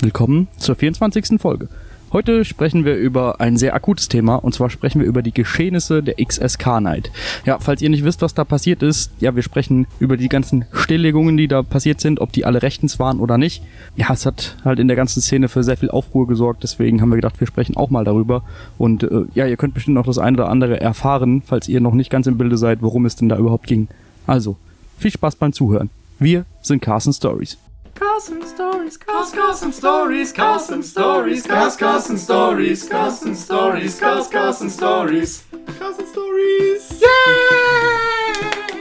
Willkommen zur 24. Folge. Heute sprechen wir über ein sehr akutes Thema, und zwar sprechen wir über die Geschehnisse der XSK Night. Ja, falls ihr nicht wisst, was da passiert ist, ja, wir sprechen über die ganzen Stilllegungen, die da passiert sind, ob die alle rechtens waren oder nicht. Ja, es hat halt in der ganzen Szene für sehr viel Aufruhr gesorgt, deswegen haben wir gedacht, wir sprechen auch mal darüber. Und ja, ihr könnt bestimmt noch das eine oder andere erfahren, falls ihr noch nicht ganz im Bilde seid, worum es denn da überhaupt ging. Also, viel Spaß beim Zuhören. Wir sind Carson Stories. Carson Stories, Carson Stories, Carson Stories, Carson Stories, Carson Stories, Carson Stories, Carson Stories. Yeah!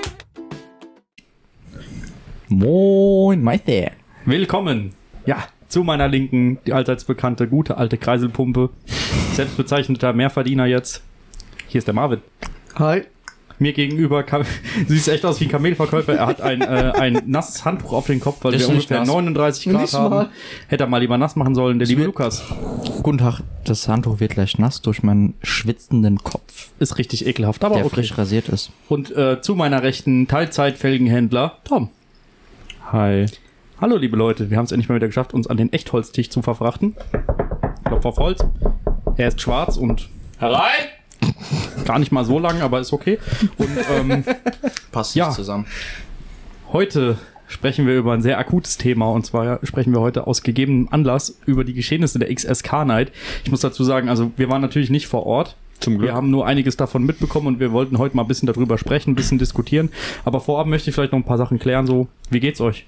Moin, Meister. Willkommen, ja, zu meiner Linken, die allseits bekannte, gute alte Kreiselpumpe, selbstbezeichneter Mehrverdiener jetzt. Hier ist der Marvin. Hi. Mir gegenüber, sieht echt aus wie ein Kamelverkäufer. Er hat ein nasses Handtuch auf den Kopf, weil wir ungefähr 39 Grad nicht haben. mal. Hätte er mal lieber nass machen sollen, der liebe Lukas. Guten Tag, das Handtuch wird gleich nass durch meinen schwitzenden Kopf, Ist richtig ekelhaft, aber der okay. frisch rasiert ist. Und zu meiner rechten Teilzeit-Felgenhändler, Tom. Hi. Hallo, liebe Leute. Wir haben es endlich mal wieder geschafft, uns an den Echtholztisch zu verfrachten. Klopf auf Holz. Er ist schwarz und Herein! gar nicht mal so lang, aber ist okay. Und Passt Ja. nicht zusammen. heute sprechen wir über ein sehr akutes Thema, und zwar sprechen wir heute aus gegebenem Anlass über die Geschehnisse der XSK Night. Ich muss dazu sagen, also wir waren natürlich nicht vor Ort. Zum Glück. Wir haben nur einiges davon mitbekommen und wir wollten heute mal ein bisschen darüber sprechen, ein bisschen diskutieren. Aber vorab möchte ich vielleicht noch ein paar Sachen klären. So, wie geht's euch?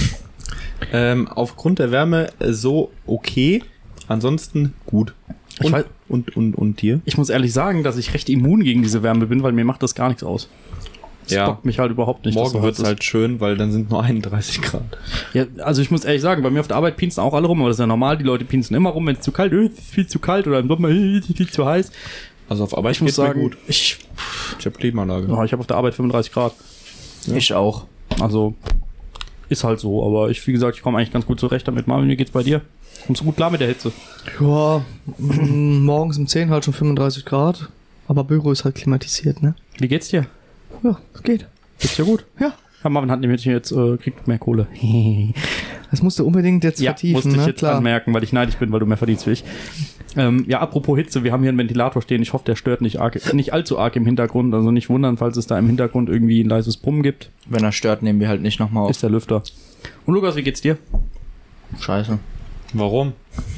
Aufgrund der Wärme so okay, ansonsten gut. Ich weiß- Und dir? Ich muss ehrlich sagen, dass ich recht immun gegen diese Wärme bin, weil mir macht das gar nichts aus. Das Ja. bockt mich halt überhaupt nicht. dass Morgen so wird's heiß ist. halt schön, weil dann sind nur 31 Grad. Ja, also ich muss ehrlich sagen, bei mir auf der Arbeit pinsen auch alle rum, aber das ist ja normal, die Leute pinsen immer rum, wenn es zu kalt ist, viel zu kalt, oder im Sommer viel zu heiß. Also auf Arbeit Ich muss geht's mir sagen, gut. ich Ich hab Klimaanlage. habe auf der Arbeit 35 Grad. Ja. Ich auch. Also ist halt so, aber wie gesagt, ich komme eigentlich ganz gut zurecht damit. Marvin, wie geht's bei dir? Kommst du gut klar mit der Hitze? Ja, morgens um 10 halt schon 35 Grad. Aber Büro ist halt klimatisiert, ne? Wie geht's dir? Ja, es geht. Geht's dir gut? Ja. Ja, Marvin hat nämlich jetzt kriegt mehr Kohle. Das musst du unbedingt jetzt Ja, vertiefen, musste ich ne? jetzt Klar. anmerken, weil ich neidisch bin, weil du mehr verdienst wie ich. Ja, apropos Hitze, wir haben hier einen Ventilator stehen. Ich hoffe, der stört nicht allzu arg im Hintergrund. Also nicht wundern, falls es da im Hintergrund irgendwie ein leises Brummen gibt. Wenn er stört, nehmen wir halt nicht nochmal auf. Ist der Lüfter. Und Lukas, wie geht's dir? Scheiße. Warum?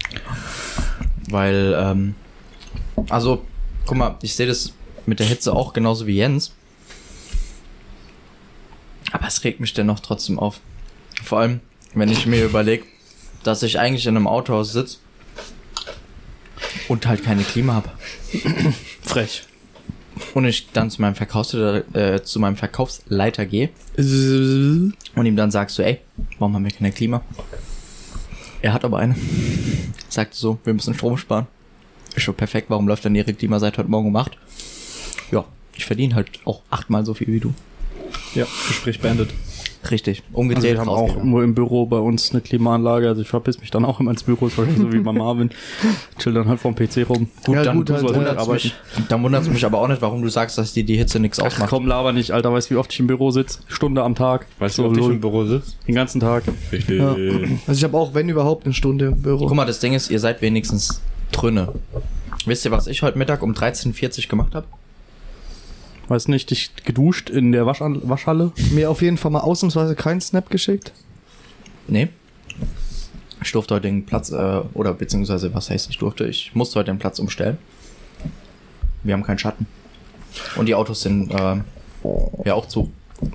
Weil, also, guck mal, ich sehe das mit der Hitze auch genauso wie Jens. Aber es regt mich dennoch trotzdem auf. Vor allem, wenn ich mir überlege, dass ich eigentlich in einem Autohaus sitze und halt keine Klima habe. Frech. Und ich dann zu meinem Verkaufsleiter gehe und ihm dann sagst du, ey, warum haben wir keine Klima? Er hat aber eine. Sagt so, wir müssen Strom sparen. Ist schon perfekt, warum läuft dann ihre Klima seit heute Morgen um 8? Ja, ich verdiene halt auch 8-mal so viel wie du. Ja, Gespräch beendet. Richtig, Also umgedreht. wir haben auch rausgegangen. nur im Büro bei uns eine Klimaanlage. Also ich verpiss mich dann auch immer ins Büro, ist wahrscheinlich so wie bei Marvin. Chill dann halt vorm PC rum. Ja, dann gut, halt, wundert's mich, dann wundert's mich aber auch nicht, warum du sagst, dass dir die Hitze nichts Ach ausmacht. komm, laber nicht, Alter. Weißt du, wie oft ich im Büro sitze? Stunde am Tag. Weißt du, ob ich lol. im Büro sitze? Den ganzen Tag. Richtig. Ja. Also ich habe auch, wenn überhaupt, eine Stunde im Büro. Guck mal, das Ding ist, ihr seid wenigstens Trünne. Wisst ihr, was ich heute Mittag um 13:40 Uhr gemacht habe? Weiß nicht, dich geduscht in der Waschhalle? Mir auf jeden Fall mal ausnahmsweise keinen Snap geschickt. Nee. Ich durfte heute den Platz, oder beziehungsweise, was heißt ich musste heute den Platz umstellen. Wir haben keinen Schatten. Und die Autos sind ja auch zu.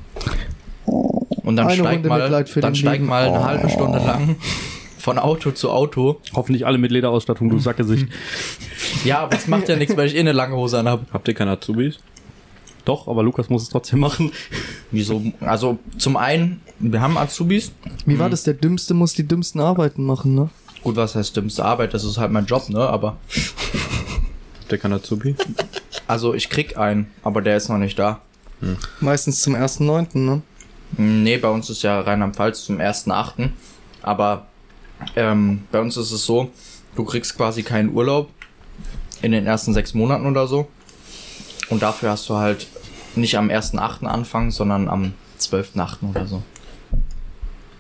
Und dann Eine steig Runde mal, Mitleid für dann den steig Lieben. mal eine halbe Stunde lang von Auto zu Auto. Hoffentlich alle mit Lederausstattung, du Sackgesicht. Ja, aber es macht ja nichts, weil ich eine lange Hose anhabe. Habt ihr keine Azubis? Doch, aber Lukas muss es trotzdem machen. Wieso? Also zum einen, wir haben Azubis. Wie war das? Der Dümmste muss die dümmsten Arbeiten machen, ne? Gut, was heißt dümmste Arbeit? Das ist halt mein Job, ne? Aber Habt ihr keine Azubi? also ich krieg einen, aber der ist noch nicht da. Meistens zum 1.9., ne? Nee, bei uns ist ja Rheinland-Pfalz zum 1.8. Aber bei uns ist es so, du kriegst quasi keinen Urlaub in den ersten 6 Monaten oder so. Und dafür hast du halt nicht am 1.8. anfangen, sondern am 12.8. oder so. Ja.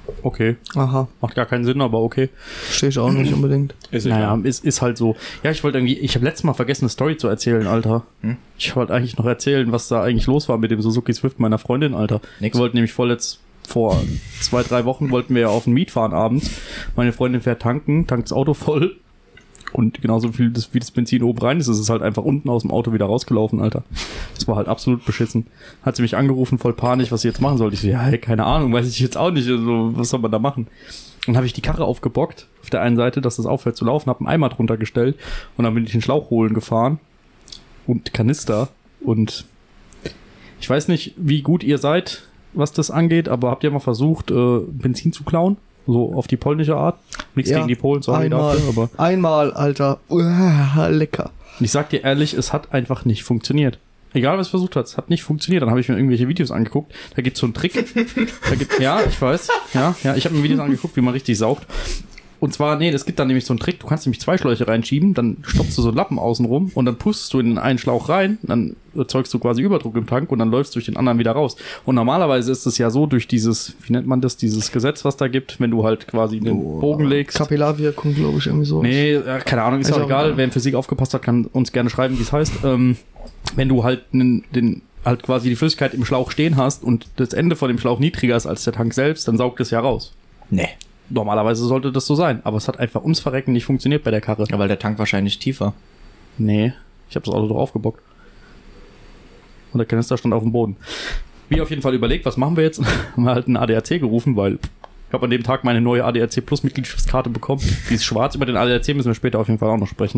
Okay. Aha, Macht gar keinen Sinn, aber okay. verstehe ich auch nicht unbedingt. Ist Naja, ist halt so. Ja, ich habe letztes Mal vergessen, eine Story zu erzählen, Alter. Ich wollte eigentlich noch erzählen, was da eigentlich los war mit dem Suzuki Swift meiner Freundin, Alter. Nix. Wir wollten nämlich vor 2-3 Wochen wollten wir ja auf den Miet fahren abends. Meine Freundin fährt tankt das Auto voll. Und genauso viel wie das Benzin oben rein ist es halt einfach unten aus dem Auto wieder rausgelaufen, Alter. Das war halt absolut beschissen. Hat sie mich angerufen, voll Panisch, was sie jetzt machen soll. Ich so, ja, hey, keine Ahnung, weiß ich jetzt auch nicht. Also, was soll man da machen? Dann habe ich die Karre aufgebockt, auf der einen Seite, dass das aufhört zu laufen, habe einen Eimer drunter gestellt und dann bin ich den Schlauch holen gefahren und Kanister. Und ich weiß nicht, wie gut ihr seid, was das angeht, aber habt ihr mal versucht, Benzin zu klauen? So auf die polnische Art? Nichts Ja, gegen die Polen, sorry einmal, dafür, aber einmal, Alter. Lecker. ich sag dir ehrlich, es hat einfach nicht funktioniert. Egal, was ich versucht hat, es hat nicht funktioniert. Dann habe ich mir irgendwelche Videos angeguckt. Da gibt's so einen Trick. Ja, ich weiß. Ja, ich habe mir Videos angeguckt, wie man richtig saugt. Und zwar, es gibt dann nämlich so einen Trick. Du kannst nämlich 2 Schläuche reinschieben, dann stopfst du so einen Lappen außen rum und dann pustest du in den einen Schlauch rein, dann erzeugst du quasi Überdruck im Tank und dann läufst du durch den anderen wieder raus. Und normalerweise ist es ja so durch dieses, wie nennt man das, dieses Gesetz, was da gibt, wenn du halt quasi den Bogen legst. Kapillarwirkung, glaube ich, irgendwie so. Nee, keine Ahnung, ist Ist auch auch egal. egal. Wer in Physik aufgepasst hat, kann uns gerne schreiben, wie es heißt. Wenn du halt halt quasi die Flüssigkeit im Schlauch stehen hast und das Ende von dem Schlauch niedriger ist als der Tank selbst, dann saugt es ja raus. Nee. Normalerweise sollte das so sein, aber es hat einfach ums Verrecken nicht funktioniert bei der Karre. Ja, weil der Tank wahrscheinlich tiefer. Nee, ich habe das Auto doch aufgebockt. Und der Kanister stand auf dem Boden. Wir auf jeden Fall überlegt, was machen wir jetzt? Haben wir halt einen ADAC gerufen, weil ich habe an dem Tag meine neue ADAC Plus Mitgliedschaftskarte bekommen. Die ist schwarz. Über den ADAC müssen wir später auf jeden Fall auch noch sprechen.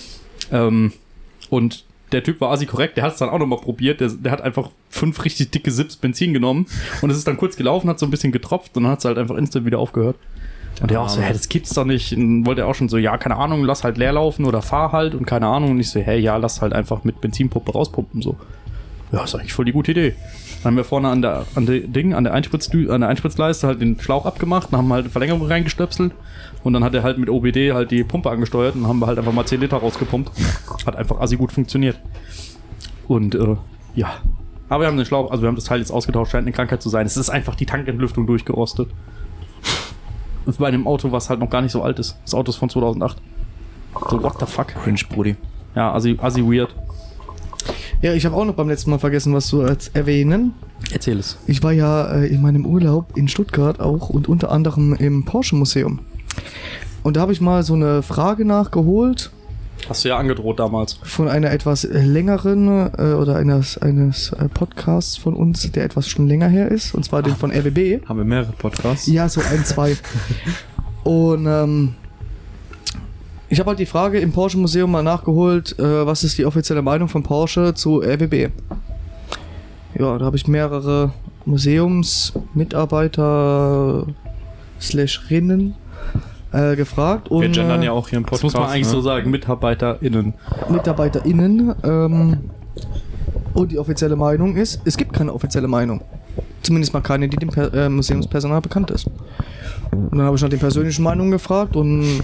Und der Typ war assi korrekt, der hat es dann auch nochmal probiert, der hat einfach 5 richtig dicke Sips Benzin genommen und es ist dann kurz gelaufen, hat so ein bisschen getropft und dann hat es halt einfach instant wieder aufgehört. Und der auch so, das gibt's doch nicht. Und wollte er auch schon so, ja, keine Ahnung, lass halt leer laufen oder fahr halt und keine Ahnung. Und ich so, hey, ja, lass halt einfach mit Benzinpumpe rauspumpen, so. Ja, ist eigentlich voll die gute Idee. Dann haben wir vorne an der Einspritzleiste halt den Schlauch abgemacht, dann haben wir halt eine Verlängerung reingestöpselt und dann hat er halt mit OBD halt die Pumpe angesteuert und dann haben wir halt einfach mal 10 Liter rausgepumpt. Hat einfach assi gut funktioniert. Und ja. Aber wir haben den Schlauch, also wir haben das Teil jetzt ausgetauscht, scheint eine Krankheit zu sein. Es ist einfach die Tankentlüftung durchgerostet. Und bei einem Auto, was halt noch gar nicht so alt ist. Das Auto ist von 2008. So, what the fuck? Cringe, Brudi. Ja, assi weird. Ja, ich habe auch noch beim letzten Mal vergessen, was zu erwähnen. Erzähl es. Ich war ja in meinem Urlaub in Stuttgart auch und unter anderem im Porsche Museum. Und da habe ich mal so eine Frage nachgeholt Hast du ja angedroht damals. von einer etwas längeren oder eines Podcasts von uns, der etwas schon länger her ist, und zwar den von RBB. Haben wir mehrere Podcasts? Ja, so 1, 2. Und ich habe halt die Frage im Porsche Museum mal nachgeholt, was ist die offizielle Meinung von Porsche zu RBB? Ja, da habe ich mehrere Museumsmitarbeiter /Rinnen gefragt. Und Wir gendern ja auch hier im Das Podcast. muss man eigentlich ne? so sagen, MitarbeiterInnen. MitarbeiterInnen. Und die offizielle Meinung ist, es gibt keine offizielle Meinung. Zumindest mal keine, die dem Museumspersonal bekannt ist. Und dann habe ich nach den persönlichen Meinungen gefragt und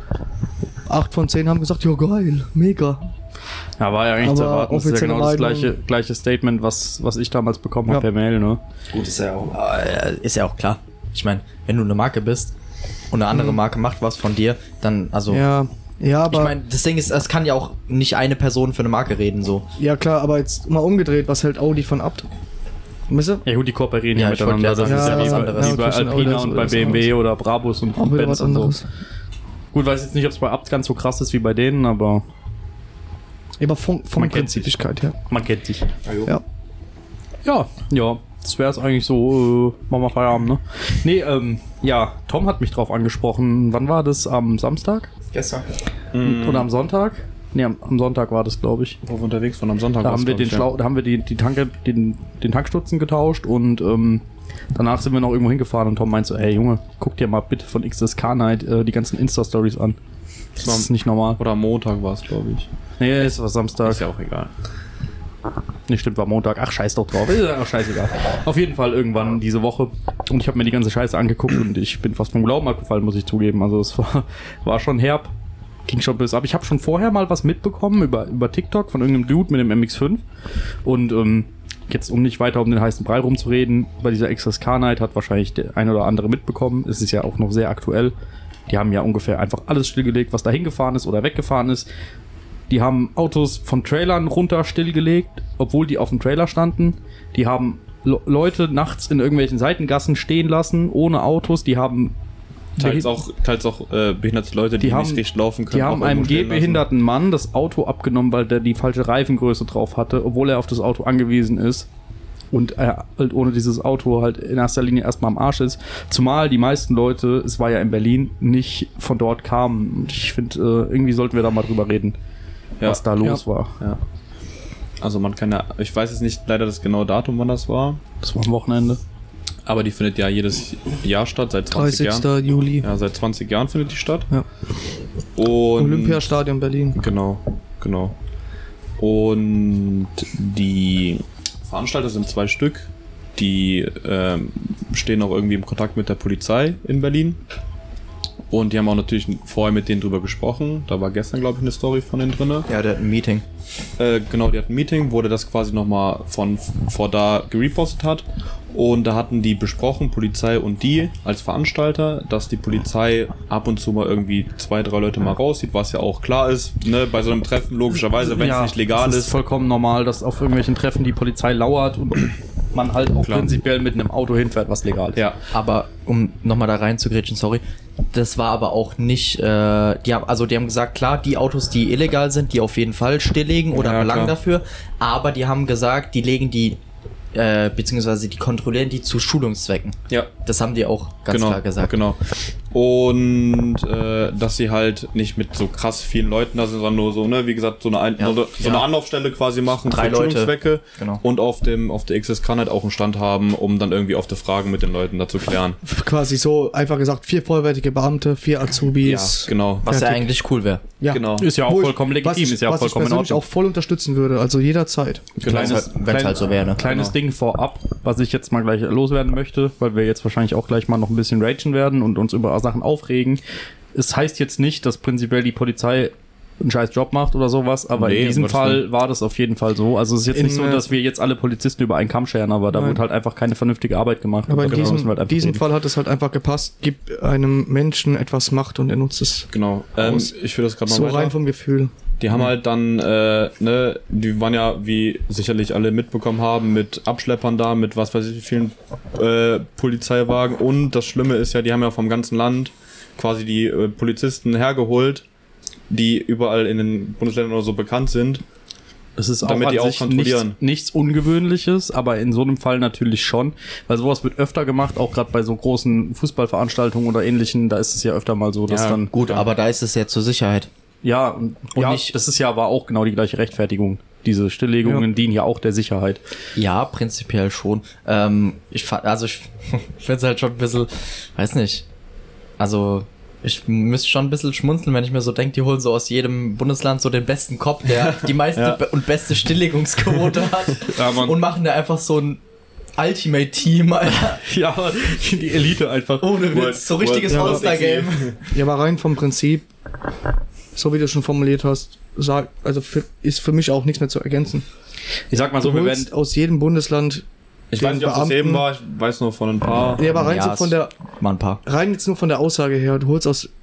8 von 10 haben gesagt, ja geil, mega. Ja, war ja eigentlich zu Aber erwarten. Das ist ja offizielle genau das Meinung- gleiche Statement, was ich damals bekommen habe Ja. per Mail, ne? Gut, ist ja auch klar. Ich meine, wenn du eine Marke bist und eine andere Marke macht was von dir, dann, also... Ja, aber... Ich meine, das Ding ist, es kann ja auch nicht eine Person für eine Marke reden, so. ja klar, aber jetzt mal umgedreht, was hält Audi von ab? Weißt du? Ja gut, die kooperieren ja Ja, ich wollte miteinander. gerade Das sagen, ist das ja ist wie was bei, anderes. wie bei Ja, zwischen Alpina Audi und bei ist BMW oder Brabus und Auch wieder Benz was und so. anderes. Gut, weiß jetzt nicht, ob es bei Abt ganz so krass ist wie bei denen, aber Aber von Man kennt sich. Prinzipigkeit her. man kennt sich. Ja. Ja, das wäre es eigentlich so, machen wir Feierabend, ne? Nee, ja, Tom hat mich drauf angesprochen. Wann war das? Am Samstag? Gestern. Oder am Sonntag? Nee, am Sonntag war das, glaube ich. Wo wir unterwegs waren am Sonntag. Da war's, haben wir glaub ich, da haben wir den Tankstutzen getauscht und danach sind wir noch irgendwo hingefahren und Tom meinte so, ey Junge, guck dir mal bitte von XSK Night die ganzen Insta-Stories an. Das ist nicht normal. Oder am Montag war es, glaube ich. Nee, es war Samstag. Ist ja auch egal. Nee, stimmt, war Montag. Ach, scheiß doch drauf. Ist ja auch scheißegal. Auf jeden Fall irgendwann diese Woche. Und ich habe mir die ganze Scheiße angeguckt und ich bin fast vom Glauben abgefallen, muss ich zugeben. Also es war schon herb. Ging schon bis ab. Ich habe schon vorher mal was mitbekommen über TikTok von irgendeinem Dude mit dem MX-5. Und jetzt um nicht weiter um den heißen Brei rumzureden, bei dieser XSK-Night hat wahrscheinlich der eine oder andere mitbekommen. Es ist ja auch noch sehr aktuell. Die haben ja ungefähr einfach alles stillgelegt, was da hingefahren ist oder weggefahren ist. Die haben Autos von Trailern runter stillgelegt, obwohl die auf dem Trailer standen. Die haben Leute nachts in irgendwelchen Seitengassen stehen lassen, ohne Autos. Die haben Teils auch behinderte Leute, die nicht richtig laufen können. Die haben einem gehbehinderten Mann das Auto abgenommen, weil der die falsche Reifengröße drauf hatte, obwohl er auf das Auto angewiesen ist. Und er halt ohne dieses Auto halt in erster Linie erstmal am Arsch ist. Zumal die meisten Leute, es war ja in Berlin, nicht von dort kamen. Und ich finde, irgendwie sollten wir da mal drüber reden, was da los war. Ja. Also man kann ja, ich weiß jetzt nicht leider das genaue Datum, wann das war. Das war am Wochenende. Aber die findet ja jedes Jahr statt, seit 20 30. Jahren. Juli. Ja, seit 20 Jahren findet die statt. Ja. Und Olympiastadion Berlin. Genau. Und die Veranstalter sind 2 Stück. Die stehen auch irgendwie im Kontakt mit der Polizei in Berlin. Und die haben auch natürlich vorher mit denen drüber gesprochen. Da war gestern, glaube ich, eine Story von denen drin. Ja, der hat ein Meeting. Genau, die hatten ein Meeting, wo der das quasi nochmal von vor da gerepostet hat. Und da hatten die besprochen, Polizei und die als Veranstalter, dass die Polizei ab und zu mal irgendwie 2, 3 Leute mal rauszieht, was ja auch klar ist, ne, bei so einem Treffen logischerweise, wenn es nicht legal es ist. ist vollkommen normal, dass auf irgendwelchen Treffen die Polizei lauert und man halt auch prinzipiell mit einem Auto hinfährt, was legal ist. Ja. Aber um nochmal da rein zu grätschen, sorry, das war aber auch nicht, die haben gesagt, klar, die Autos, die illegal sind, die auf jeden Fall stilllegen oder belangen dafür, aber die haben gesagt, die legen die beziehungsweise die kontrollieren die zu Schulungszwecken. Ja. Das haben die auch ganz klar gesagt. Genau. Und dass sie halt nicht mit so krass vielen Leuten da sind, sondern nur so, ne, wie gesagt, so eine Anlaufstelle quasi machen 3 für Schulungszwecke. Genau. Und auf der XSK halt auch einen Stand haben, um dann irgendwie auf die Fragen mit den Leuten da zu klären. Quasi so einfach gesagt, 4 vollwertige Beamte, 4 Azubis. Ja, genau. Was ja Fertig. eigentlich cool wäre. Ja. Genau. Ist ja auch vollkommen legitim, was ist ja auch vollkommen in was ich Ordnung. auch voll unterstützen würde, also jederzeit. Wenn es halt so wäre. Ne? Kleines Ding vorab, was ich jetzt mal gleich loswerden möchte, weil wir jetzt wahrscheinlich auch gleich mal noch ein bisschen ragen werden und uns über Sachen aufregen. Es heißt jetzt nicht, dass prinzipiell die Polizei einen scheiß Job macht oder sowas, aber Nee, in diesem um Fall Gottes war das auf jeden Fall so. Also es ist jetzt nicht so, dass wir jetzt alle Polizisten über einen Kamm scheren, aber da Nein. wird halt einfach keine vernünftige Arbeit gemacht. Aber in Und darüber müssen wir halt diesem einfach reden. Fall hat es halt einfach gepasst, gib einem Menschen etwas Macht und er nutzt es. Genau. Ich führe das gerade mal So weiter. rein vom Gefühl. Die haben halt dann, die waren ja, wie sicherlich alle mitbekommen haben, mit Abschleppern da, mit was weiß ich wie vielen Polizeiwagen. Und das Schlimme ist ja, die haben ja vom ganzen Land quasi die Polizisten hergeholt, die überall in den Bundesländern oder so bekannt sind. Es ist auch damit an die auch sich kontrollieren. nichts Ungewöhnliches, aber in so einem Fall natürlich schon, weil sowas wird öfter gemacht, auch gerade bei so großen Fußballveranstaltungen oder ähnlichen, da ist es ja öfter mal so, dass Ja, dann... Gut, aber da ist es ja zur Sicherheit. Ja, und nicht- das ist ja aber auch genau die gleiche Rechtfertigung. Diese Stilllegungen dienen ja auch der Sicherheit. Ja, prinzipiell schon. Ich finde es halt schon ein bisschen, weiß nicht, also ich müsste schon ein bisschen schmunzeln, wenn ich mir so denke, die holen so aus jedem Bundesland so den besten Cop, der die meiste und beste Stilllegungsquote hat Ja, Mann. und machen da einfach so ein Ultimate-Team, Alter. Ja, die Elite einfach. Ohne Witz, so richtiges World All-Star-Game. Ja, aber rein vom Prinzip, so wie du schon formuliert hast, ist für mich auch nichts mehr zu ergänzen. Ich sag mal so, Du wir holst werden... aus jedem Bundesland Ich den weiß nicht, ob das eben war, ich weiß nur von ein paar. Ja, aber rein, Ja, so von der, Mal ein paar. rein jetzt nur von der Aussage her, du holst aus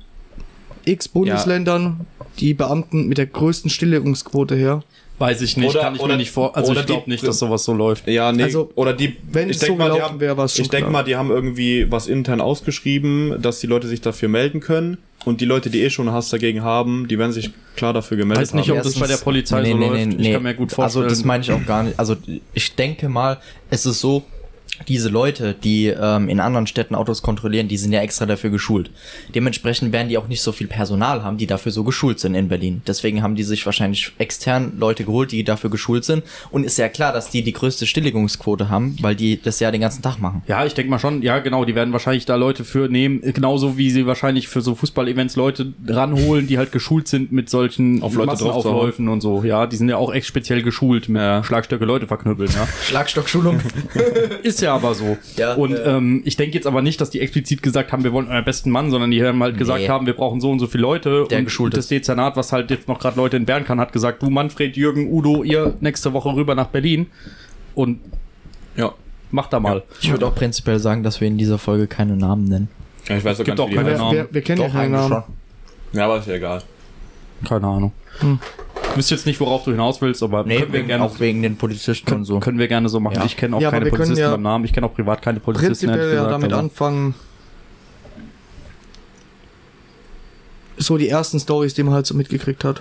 x Bundesländern die Beamten mit der größten Stilllegungsquote her. Weiß ich nicht, Oder- kann ich oder- mir nicht vor... Also oder ich glaube die- nicht, dass sowas so läuft. Ja, nee, Also, oder die, wenn ich es so denke mal, die gelaufen haben, wäre, war es schon ich denke klar. mal, die haben irgendwie was intern ausgeschrieben, dass die Leute sich dafür melden können. Und die Leute, die schon Hass dagegen haben, die werden sich klar dafür gemeldet Weiß nicht, haben. ob das bei der Polizei so läuft. Ich kann mir gut vorstellen. Also das meine ich auch gar nicht. Also ich denke mal, es ist so, diese Leute, die in anderen Städten Autos kontrollieren, die sind ja extra dafür geschult. Dementsprechend werden die auch nicht so viel Personal haben, die dafür so geschult sind in Berlin. Deswegen haben die sich wahrscheinlich extern Leute geholt, die dafür geschult sind. Und ist ja klar, dass die größte Stilllegungsquote haben, weil die das ja den ganzen Tag machen. Ja, ich denke mal schon, ja genau, die werden wahrscheinlich da Leute für nehmen, genauso wie sie wahrscheinlich für so Fußball-Events Leute ranholen, die halt geschult sind mit solchen Auf Leute Massenaufläufen und so. Ja, die sind ja auch echt speziell geschult mit Schlagstöcke Leute verknüppeln, ja. Schlagstockschulung. Ist ja aber so. Ja, und ich denke jetzt aber nicht, dass die explizit gesagt haben, wir wollen euren besten Mann, sondern die haben halt gesagt haben, wir brauchen so und so viele Leute. Der und geschult das ist. Dezernat, was halt jetzt noch gerade Leute in Bern kann, hat gesagt, du Manfred, Jürgen, Udo, ihr nächste Woche rüber nach Berlin. Und Ja. Macht da mal. Ich würde auch prinzipiell sagen, dass wir in dieser Folge keine Namen nennen. Ja, ich weiß auch Gibt gar auch nicht, wie die keine heißen. Namen. Wir kennen ja keinen Namen. Ja, aber ist ja egal. Keine Ahnung. Ich wüsste jetzt nicht, worauf du hinaus willst, aber Nee, können wir gerne auch wegen den Polizisten und so. können wir gerne so machen. Ja. Ich kenne auch Ja, aber keine wir können Polizisten ja beim Namen. Ich kenne auch privat keine Polizisten. Prinzipiell ehrlich ja gesagt, damit aber- anfangen. So die ersten Stories, die man halt so mitgekriegt hat.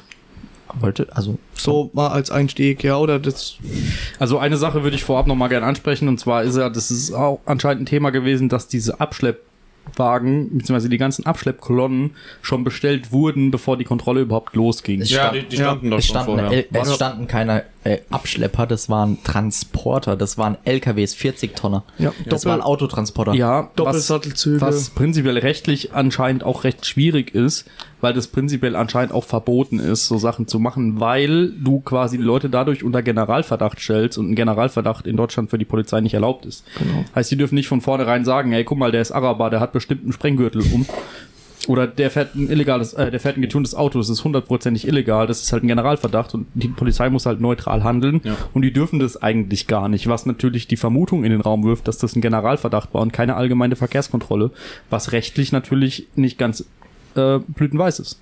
So mal als Einstieg, ja, oder das. Also eine Sache würde ich vorab nochmal gerne ansprechen, und zwar das ist auch anscheinend ein Thema gewesen, dass diese Abschleppwagen, beziehungsweise die ganzen Abschleppkolonnen schon bestellt wurden, bevor die Kontrolle überhaupt losging. Ja, die standen doch Es schon vorher. standen keine Abschlepper, das waren Transporter, das waren LKWs, 40 Tonner. Ja, Das waren Autotransporter. Ja, Doppelsattelzüge. was prinzipiell rechtlich anscheinend auch recht schwierig ist, weil das prinzipiell anscheinend auch verboten ist, so Sachen zu machen, weil du quasi die Leute dadurch unter Generalverdacht stellst und ein Generalverdacht in Deutschland für die Polizei nicht erlaubt ist. Genau. Heißt, die dürfen nicht von vornherein sagen, hey, guck mal, der ist Araber, der hat bestimmt einen Sprenggürtel um. Oder der fährt ein getuntes Auto, das ist 100%ig illegal, das ist halt ein Generalverdacht und die Polizei muss halt neutral handeln und die dürfen das eigentlich gar nicht, was natürlich die Vermutung in den Raum wirft, dass das ein Generalverdacht war und keine allgemeine Verkehrskontrolle, was rechtlich natürlich nicht ganz blütenweiß ist.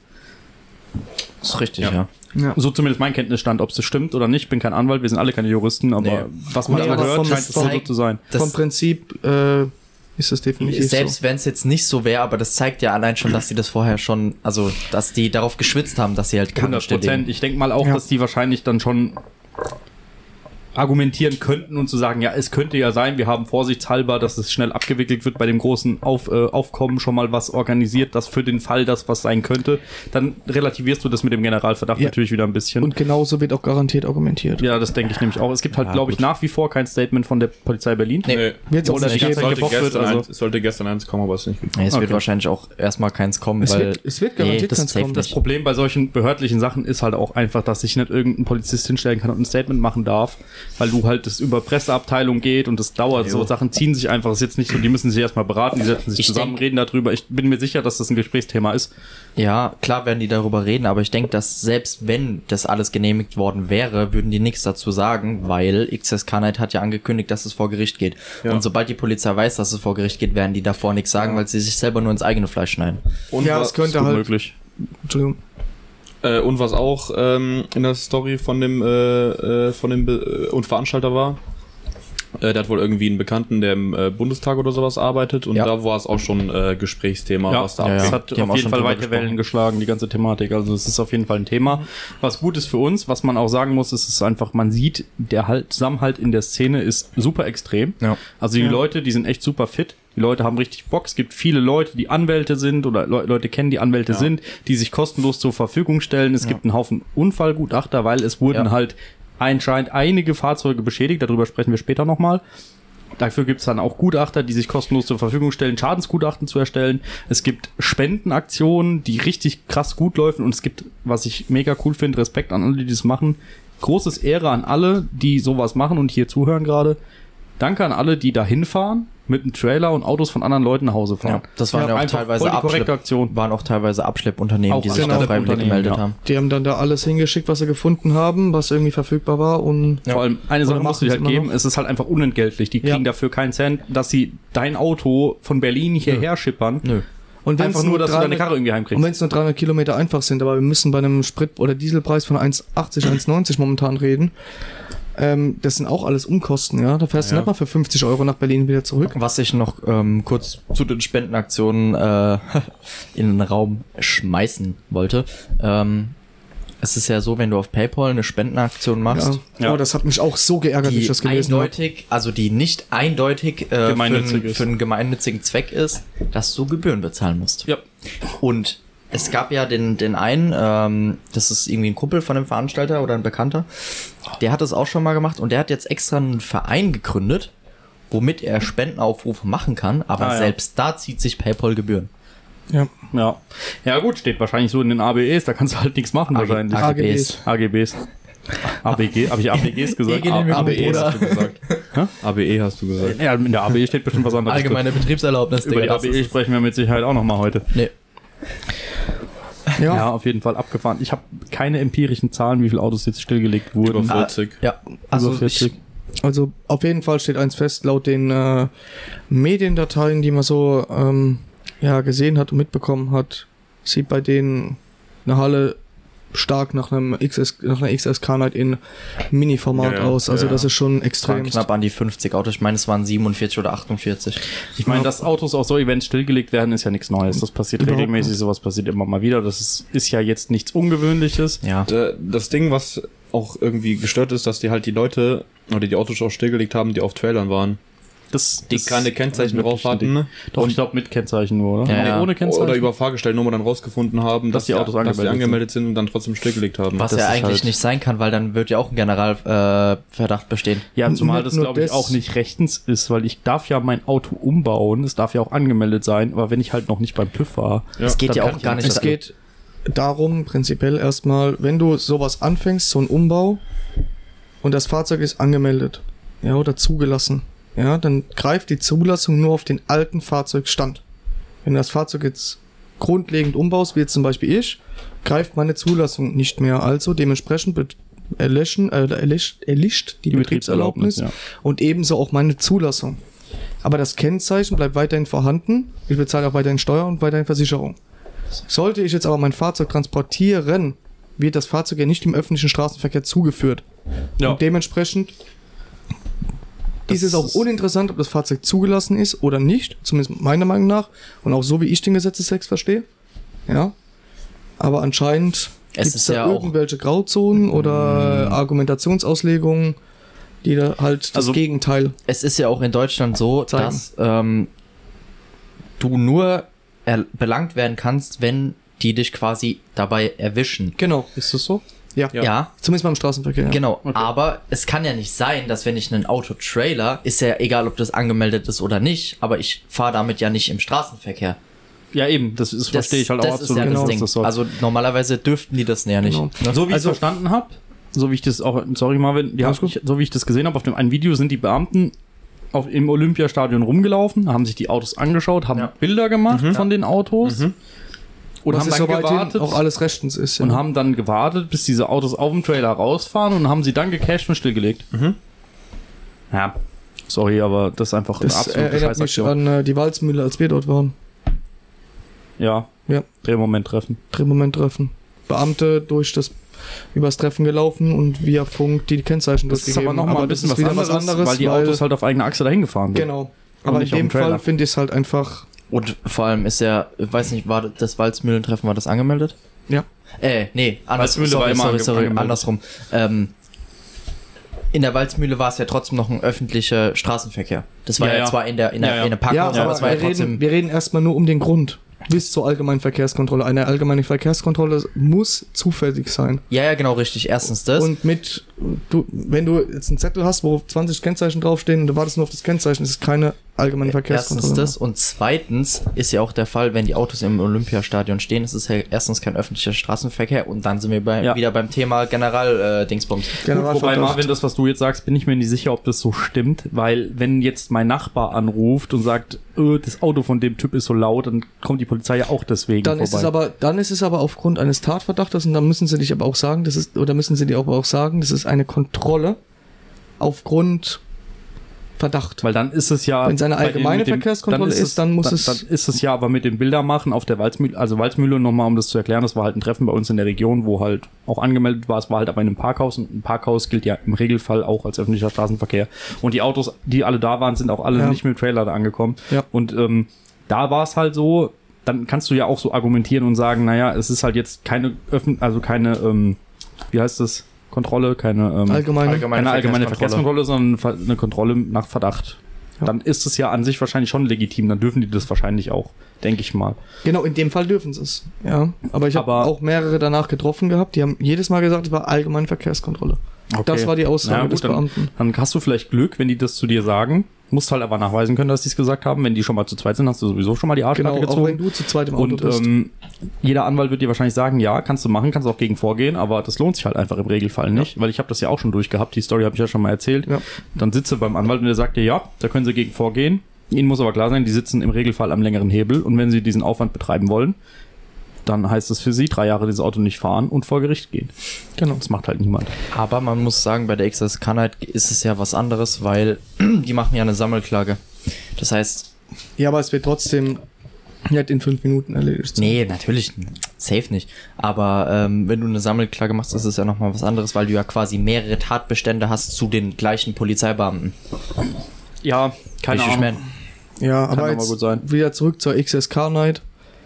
Das ist richtig, ja. Ja. So zumindest mein Kenntnisstand, ob es stimmt oder nicht, bin kein Anwalt, wir sind alle keine Juristen, aber Nee. was man Nee, da aber hört, vom- scheint es so zu sein. Vom Prinzip ist das definitiv Selbst so. wenn es jetzt nicht so wäre, aber das zeigt ja allein schon, dass die das vorher schon, also dass die darauf geschwitzt haben, dass sie halt Karren 100%. Ich denke mal auch, Ja. dass die wahrscheinlich dann schon argumentieren könnten und zu sagen, ja, es könnte ja sein, wir haben vorsichtshalber, dass es schnell abgewickelt wird bei dem großen Aufkommen, schon mal was organisiert, das für den Fall, das was sein könnte. Dann relativierst du das mit dem Generalverdacht Ja. natürlich wieder ein bisschen. Und genauso wird auch garantiert argumentiert. ja, das denke ich nämlich auch. Es gibt halt, glaube ich, nach wie vor kein Statement von der Polizei Berlin. Nee. Wird's auch Oder nicht die ganze geben. Zeit gebockt wird, also. Es sollte gestern eins kommen, aber es ist nicht gekommen. Nee, es wird Okay. wahrscheinlich auch erstmal keins kommen, Es weil... wird garantiert das keins safe kommen. Das nicht. Problem bei solchen behördlichen Sachen ist halt auch einfach, dass sich nicht irgendein Polizist hinstellen kann und ein Statement machen darf, weil du halt das über Presseabteilung geht und das dauert. So Sachen ziehen sich einfach. Das ist jetzt nicht so, die müssen sich erstmal beraten, die setzen sich Ich zusammen, denk- reden darüber. Ich bin mir sicher, dass das ein Gesprächsthema ist. Ja, klar werden die darüber reden, aber ich denke, dass selbst wenn das alles genehmigt worden wäre, würden die nichts dazu sagen, weil XSK Night hat ja angekündigt, dass es vor Gericht geht. Ja. Und sobald die Polizei weiß, dass es vor Gericht geht, werden die davor nichts sagen, weil sie sich selber nur ins eigene Fleisch schneiden. Und Ja, was, es könnte Gut halt. möglich. Entschuldigung. und was auch in der Story von dem und Veranstalter war, der hat wohl irgendwie einen Bekannten, der im Bundestag oder sowas arbeitet und Ja. da war es auch schon Gesprächsthema, Ja, was da ja, das abgeht. hat Die haben auf auch jeden schon Fall drüber weite gesprochen. Wellen geschlagen, die ganze Thematik. Also es ist auf jeden Fall ein Thema. Was gut ist für uns, was man auch sagen muss, ist es einfach, man sieht, der Zusammenhalt in der Szene ist super extrem. Ja. Also die Ja. Leute, die sind echt super fit. Die Leute haben richtig Bock. Es gibt viele Leute, die Anwälte sind oder Leute kennen, die Anwälte sind, die sich kostenlos zur Verfügung stellen. Es gibt einen Haufen Unfallgutachter, weil es wurden Ja. halt anscheinend einige Fahrzeuge beschädigt. Darüber sprechen wir später nochmal. Dafür gibt's dann auch Gutachter, die sich kostenlos zur Verfügung stellen, Schadensgutachten zu erstellen. Es gibt Spendenaktionen, die richtig krass gut laufen. Und es gibt, was ich mega cool finde, Respekt an alle, die das machen. Großes Ehre an alle, die sowas machen und hier zuhören gerade. Danke an alle, die da hinfahren, mit einem Trailer und Autos von anderen Leuten nach Hause fahren. Ja, das waren ja auch einfach teilweise voll die korrekte Aktion. waren auch teilweise Abschleppunternehmen, Auch die sich da freiwillig Abschleppunternehmen, gemeldet ja. haben. Die haben dann da alles hingeschickt, was sie gefunden haben, was irgendwie verfügbar war und Vor allem, eine Sache Oder musst du dir halt machen's immer geben, noch? es ist halt einfach unentgeltlich. Die kriegen Ja. dafür keinen Cent, dass sie dein Auto von Berlin hierher schippern. Nö. und wenn's Einfach nur, dass du deine 300 Karre irgendwie Und heimkriegst. wenn es nur 300 Kilometer einfach sind, aber wir müssen bei einem Sprit- oder Dieselpreis von 1,80, 1,90 momentan reden. Das sind auch alles Unkosten, ja. Da fährst du nicht mal für 50 Euro nach Berlin wieder zurück. Was ich noch kurz zu den Spendenaktionen in den Raum schmeißen wollte. Es ist ja so, wenn du auf PayPal eine Spendenaktion machst, Ja. Oh, das hat mich auch so geärgert, wie ich die das gelesen habe. eindeutig, also die nicht eindeutig Gemeinnützig ist. für einen gemeinnützigen Zweck ist, dass du Gebühren bezahlen musst. Ja. Und es gab ja den einen, das ist irgendwie ein Kumpel von dem Veranstalter oder ein Bekannter, der hat das auch schon mal gemacht und der hat jetzt extra einen Verein gegründet, womit er Spendenaufrufe machen kann, aber ja. selbst da zieht sich PayPal Gebühren. Ja. Ja. Ja gut, steht wahrscheinlich so in den ABEs, da kannst du halt nichts machen wahrscheinlich. AGBs. AGBs. ABG, habe ich ABGs gesagt? E-Genehmigung, ABE oder? hast du gesagt. ABE hast du gesagt. Ja, in der ABE steht bestimmt was anderes. Allgemeine Betriebserlaubnis, Über die das ABE ist- sprechen wir mit Sicherheit auch nochmal heute. Nee. Ja, auf jeden Fall abgefahren. Ich habe keine empirischen Zahlen, wie viele Autos jetzt stillgelegt wurden. Über 40. Ja, also Über 40. Also auf jeden Fall steht eins fest, laut den Mediendateien, die man so gesehen hat und mitbekommen hat, sieht bei denen eine Halle stark nach einer XSK Night in Mini-Format aus. Also das ist schon Es waren extrem. knapp an die 50 Autos. Ich meine, es waren 47 oder 48. Ich meine, dass Autos auf so Events stillgelegt werden, ist ja nichts Neues. Das passiert Überhaupt regelmäßig, nicht. sowas passiert immer mal wieder. Das ist ja jetzt nichts Ungewöhnliches. Ja. Das Ding, was auch irgendwie gestört ist, dass die halt die Leute oder die Autos auch stillgelegt haben, die auf Trailern waren. Die keine Kennzeichen drauf hatten. Ne? Doch, ich glaube mit Kennzeichen nur, oder? Ja, Nee, ja. ohne Kennzeichen. Oder über Fahrgestellnummer dann rausgefunden haben, Dass die Autos angemeldet sind und dann trotzdem stillgelegt haben. Was Das ja ist eigentlich halt- nicht sein kann, weil dann wird ja auch ein Generalverdacht bestehen. Ja, zumal Nicht das, nur glaube ich, das- auch nicht rechtens ist, weil ich darf ja mein Auto umbauen, es darf ja auch angemeldet sein, aber wenn ich halt noch nicht beim TÜV war, Es geht dann ja kann auch ich gar nicht nicht. Es geht darum, prinzipiell erstmal, wenn du sowas anfängst, so einen Umbau, und das Fahrzeug ist angemeldet, ja, oder zugelassen, ja, dann greift die Zulassung nur auf den alten Fahrzeugstand. Wenn du das Fahrzeug jetzt grundlegend umbaust, wie jetzt zum Beispiel ich, greift meine Zulassung nicht mehr. Also dementsprechend erlischt die Betriebserlaubnis ja. und ebenso auch meine Zulassung. Aber das Kennzeichen bleibt weiterhin vorhanden. Ich bezahle auch weiterhin Steuer und weiterhin Versicherung. Sollte ich jetzt aber mein Fahrzeug transportieren, wird das Fahrzeug ja nicht im öffentlichen Straßenverkehr zugeführt. Ja. Und dementsprechend Das ist es auch ist- uninteressant, ob das Fahrzeug zugelassen ist oder nicht, zumindest meiner Meinung nach und auch so, wie ich den Gesetzestext verstehe. Ja. Aber anscheinend Es gibt ist da ja auch- irgendwelche Grauzonen oder Argumentationsauslegungen, die da halt das Also- Gegenteil. Es ist ja auch in Deutschland so, Zeigen. dass du nur belangt werden kannst, wenn die dich quasi dabei erwischen. Genau. Ist das so? Ja. Ja, Zumindest beim Straßenverkehr. Ja. genau. Okay. Aber es kann ja nicht sein, dass wenn ich einen Autotrailer, ist ja egal, ob das angemeldet ist oder nicht, aber ich fahre damit ja nicht im Straßenverkehr. Ja, eben, das ist, verstehe ich halt auch das absolut, ist ja genau, das was Ding. das soll. Also normalerweise dürften die das ja nicht. Genau. So wie ich Also- es verstanden habe, so wie ich das auch, sorry Marvin, Alles gut. so wie ich das gesehen habe, auf dem einen Video sind die Beamten im Olympiastadion rumgelaufen, haben sich die Autos angeschaut, haben Ja. Bilder gemacht von den Autos und Was haben ist dann soweit gewartet auch alles rechtens ist. Ja. und haben dann gewartet, bis diese Autos auf dem Trailer rausfahren und haben sie dann gecached und stillgelegt. Ja, sorry, aber das ist einfach eine das absolute erinnert mich Scheißaktion. an die Walzmühle, als wir dort waren. Ja, Ja. Drehmoment treffen. Drehmomenttreffen. Beamte übers Treffen gelaufen und via Funk die Kennzeichen Das ist aber durchgegeben. nochmal ein das bisschen ist wieder was anderes, weil die Autos halt auf eigener Achse dahin gefahren sind. Genau. Aber in nicht auf dem dem Trailer. Fall finde ich es halt einfach. Und vor allem ist ja, ich weiß nicht, war das Walzmühlentreffen, war das angemeldet? Ja. Nee, Walzmühle war immer angemeldet. andersrum. In der Walzmühle war es ja trotzdem noch ein öffentlicher Straßenverkehr. Das war Ja, ja, ja. zwar in der Ja, Parkhaus, aber aber es war ja wir reden, trotzdem. wir reden erstmal nur um den Grund. Bis zur allgemeinen Verkehrskontrolle. Eine allgemeine Verkehrskontrolle muss zufällig sein. Ja, genau, richtig. Erstens das. Und wenn du jetzt einen Zettel hast, wo 20 Kennzeichen draufstehen und du wartest nur auf das Kennzeichen, ist es keine allgemeine Verkehrskontrolle. Erstens das und zweitens ist ja auch der Fall, wenn die Autos im Olympiastadion stehen, ist es ja erstens kein öffentlicher Straßenverkehr und dann sind wir wieder beim Thema General-Dingsbums. Wobei, Marvin, das, was du jetzt sagst, bin ich mir nicht sicher, ob das so stimmt, weil wenn jetzt mein Nachbar anruft und sagt, das Auto von dem Typ ist so laut, dann kommt die Polizei ja auch deswegen Dann ist es aber aufgrund eines Tatverdachtes und dann müssen sie dich aber auch sagen, das ist eine Kontrolle aufgrund Verdacht. Weil dann ist es ja... Wenn es eine bei den allgemeine mit dem- Verkehrskontrolle ist, dann muss es- Dann ist es ja aber mit dem Bildermachen auf der Walzmühle, also Walzmühle nochmal, um das zu erklären, das war halt ein Treffen bei uns in der Region, wo halt auch angemeldet war, es war halt aber in einem Parkhaus und ein Parkhaus gilt ja im Regelfall auch als öffentlicher Straßenverkehr. Und die Autos, die alle da waren, sind auch alle Ja. nicht mit dem Trailer da angekommen. Ja. Und da war es halt so, dann kannst du ja auch so argumentieren und sagen, naja, es ist halt jetzt keine wie heißt das? Kontrolle, keine Allgemeine. keine allgemeine Verkehrskontrolle, sondern eine Kontrolle nach Verdacht. Ja. Dann ist es ja an sich wahrscheinlich schon legitim, dann dürfen die das wahrscheinlich auch, denke ich mal. Genau, in dem Fall dürfen sie es. Ja. Aber ich habe Aber- auch mehrere danach getroffen gehabt, die haben jedes Mal gesagt, es war allgemeine Verkehrskontrolle. Das war die Aussage Na gut, des Beamten. Dann hast du vielleicht Glück, wenn die das zu dir sagen. Musst halt aber nachweisen können, dass die es gesagt haben. Wenn die schon mal zu zweit sind, hast du sowieso schon mal die Arschkarte Genau, auch wenn gezogen. du zu zweit im Auto Und bist. jeder Anwalt wird dir wahrscheinlich sagen, ja, kannst du machen, kannst auch gegen vorgehen, aber das lohnt sich halt einfach im Regelfall nicht, weil ich habe das ja auch schon durchgehabt, die Story habe ich ja schon mal erzählt. Ja. Dann sitzt du beim Anwalt und der sagt dir, ja, da können sie gegen vorgehen. Ihnen muss aber klar sein, die sitzen im Regelfall am längeren Hebel und wenn sie diesen Aufwand betreiben wollen, dann heißt es für sie 3 Jahre dieses Auto nicht fahren und vor Gericht gehen. Genau. Das macht halt niemand. Aber man muss sagen, bei der XSK Night ist es ja was anderes, weil die machen ja eine Sammelklage. Das heißt, Ja, aber es wird trotzdem nicht in 5 Minuten erledigt. nee, natürlich, safe nicht. Aber wenn du eine Sammelklage machst, ist es ja nochmal was anderes, weil du ja quasi mehrere Tatbestände hast zu den gleichen Polizeibeamten. Ja, keine Weißt du, Ahnung. Ja, Kann aber aber jetzt gut sein. wieder zurück zur XSK Night.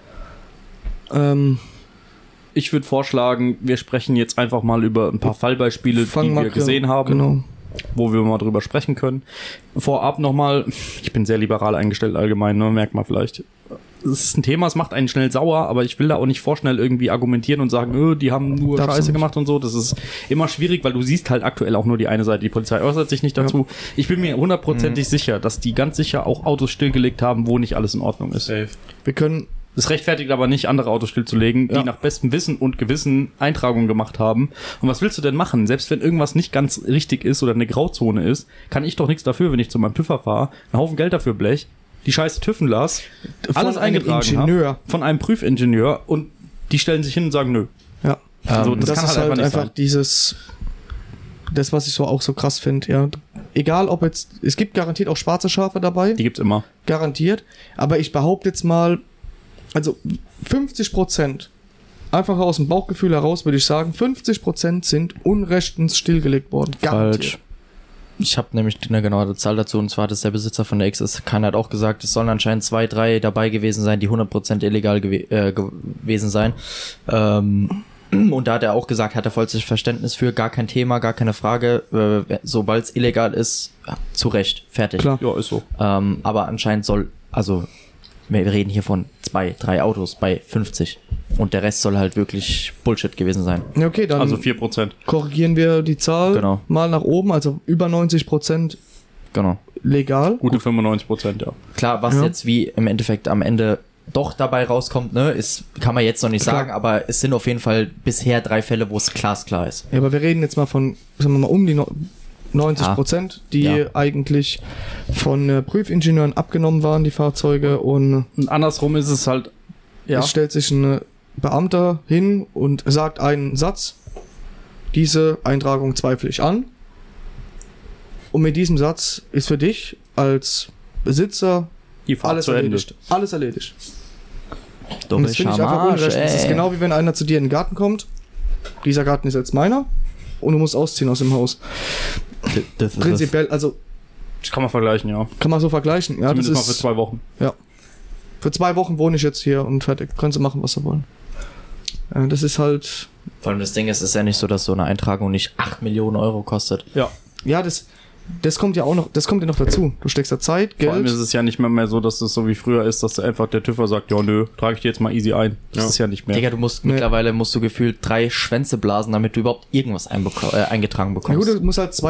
Ich würde vorschlagen, wir sprechen jetzt einfach mal über ein paar Fallbeispiele, die wir gesehen haben, Genau. wo wir mal drüber sprechen können. Vorab nochmal, ich bin sehr liberal eingestellt allgemein, ne, merkt man vielleicht. Es ist ein Thema, es macht einen schnell sauer, aber ich will da auch nicht vorschnell irgendwie argumentieren und sagen, die haben nur Darfst du Scheiße nicht. gemacht und so. Das ist immer schwierig, weil du siehst halt aktuell auch nur die eine Seite. Die Polizei äußert sich nicht dazu. Ich bin mir 100%ig sicher, dass die ganz sicher auch Autos stillgelegt haben, wo nicht alles in Ordnung ist. Safe. Wir können, Das rechtfertigt aber nicht, andere Autos stillzulegen, die Ja. nach bestem Wissen und Gewissen Eintragungen gemacht haben. Und was willst du denn machen? Selbst wenn irgendwas nicht ganz richtig ist oder eine Grauzone ist, kann ich doch nichts dafür, wenn ich zu meinem TÜVer fahre, einen Haufen Geld dafür blech, die Scheiße TÜVen lass, alles von einem eingetragen Ingenieur. hab, von einem Prüfingenieur und die stellen sich hin und sagen, nö. Ja. Also, das das kann ist halt einfach nicht sein. dieses, das, was ich so auch so krass finde, ja. Egal ob jetzt, es gibt garantiert auch schwarze Schafe dabei, Die gibt's immer. garantiert, aber ich behaupte jetzt mal, also 50%, einfach aus dem Bauchgefühl heraus würde ich sagen, 50% sind unrechtens stillgelegt worden. Garantiert. Ich habe nämlich eine genaue Zahl dazu, und zwar hat es der Besitzer von der XSK hat auch gesagt, es sollen anscheinend 2, 3 dabei gewesen sein, die 100% illegal gewesen sein. Und da hat er auch gesagt, hat er vollstes Verständnis für, gar kein Thema, gar keine Frage, sobald es illegal ist, zu Recht, fertig. Klar. Ja, ist so. Aber anscheinend wir reden hier von 2, 3 Autos bei 50. Und der Rest soll halt wirklich Bullshit gewesen sein. Ja, okay, dann Also 4%. korrigieren wir die Zahl Genau. mal nach oben, also über 90% Genau. legal. Gute 95%, ja. Klar, was Ja. jetzt wie im Endeffekt am Ende doch dabei rauskommt, ne, kann man jetzt noch nicht Klar. sagen, aber es sind auf jeden Fall bisher 3 Fälle, wo es glasklar ist. Ja, aber wir reden jetzt mal von, sagen wir mal, um die 90%, die Ja. eigentlich von Prüfingenieuren abgenommen waren, die Fahrzeuge, und Und andersrum ist es halt, ja. es stellt sich ein Beamter hin und sagt einen Satz, diese Eintragung zweifle ich an, und mit diesem Satz ist für dich als Besitzer die Fahrt alles zu Ende. erledigt. Alles erledigt. Und das finde ich einfach Doppelchamage, unrecht. Das ist ey. genau wie wenn einer zu dir in den Garten kommt, dieser Garten ist jetzt meiner, und du musst ausziehen aus dem Haus. Prinzipiell, also Das kann man vergleichen, ja. kann man so vergleichen. Ja, das Zumindest mal für ist, 2 Wochen. für 2 Wochen wohne ich jetzt hier und fertig. Können sie machen, was sie wollen. Das ist halt, Vor allem das Ding ist, es ist ja nicht so, dass so eine Eintragung nicht 8 Millionen Euro kostet. Ja. ja, das kommt ja auch noch, das kommt ja noch dazu. Du steckst da Zeit, Vor allem Geld. ist es ja nicht mehr so, dass es so wie früher ist, dass einfach der TÜVer sagt, ja nö, trage ich dir jetzt mal easy ein. Das ist ja nicht mehr. Digga, Nee. mittlerweile musst du gefühlt 3 Schwänze blasen, damit du überhaupt irgendwas eingetragen Na bekommst. gut, du musst halt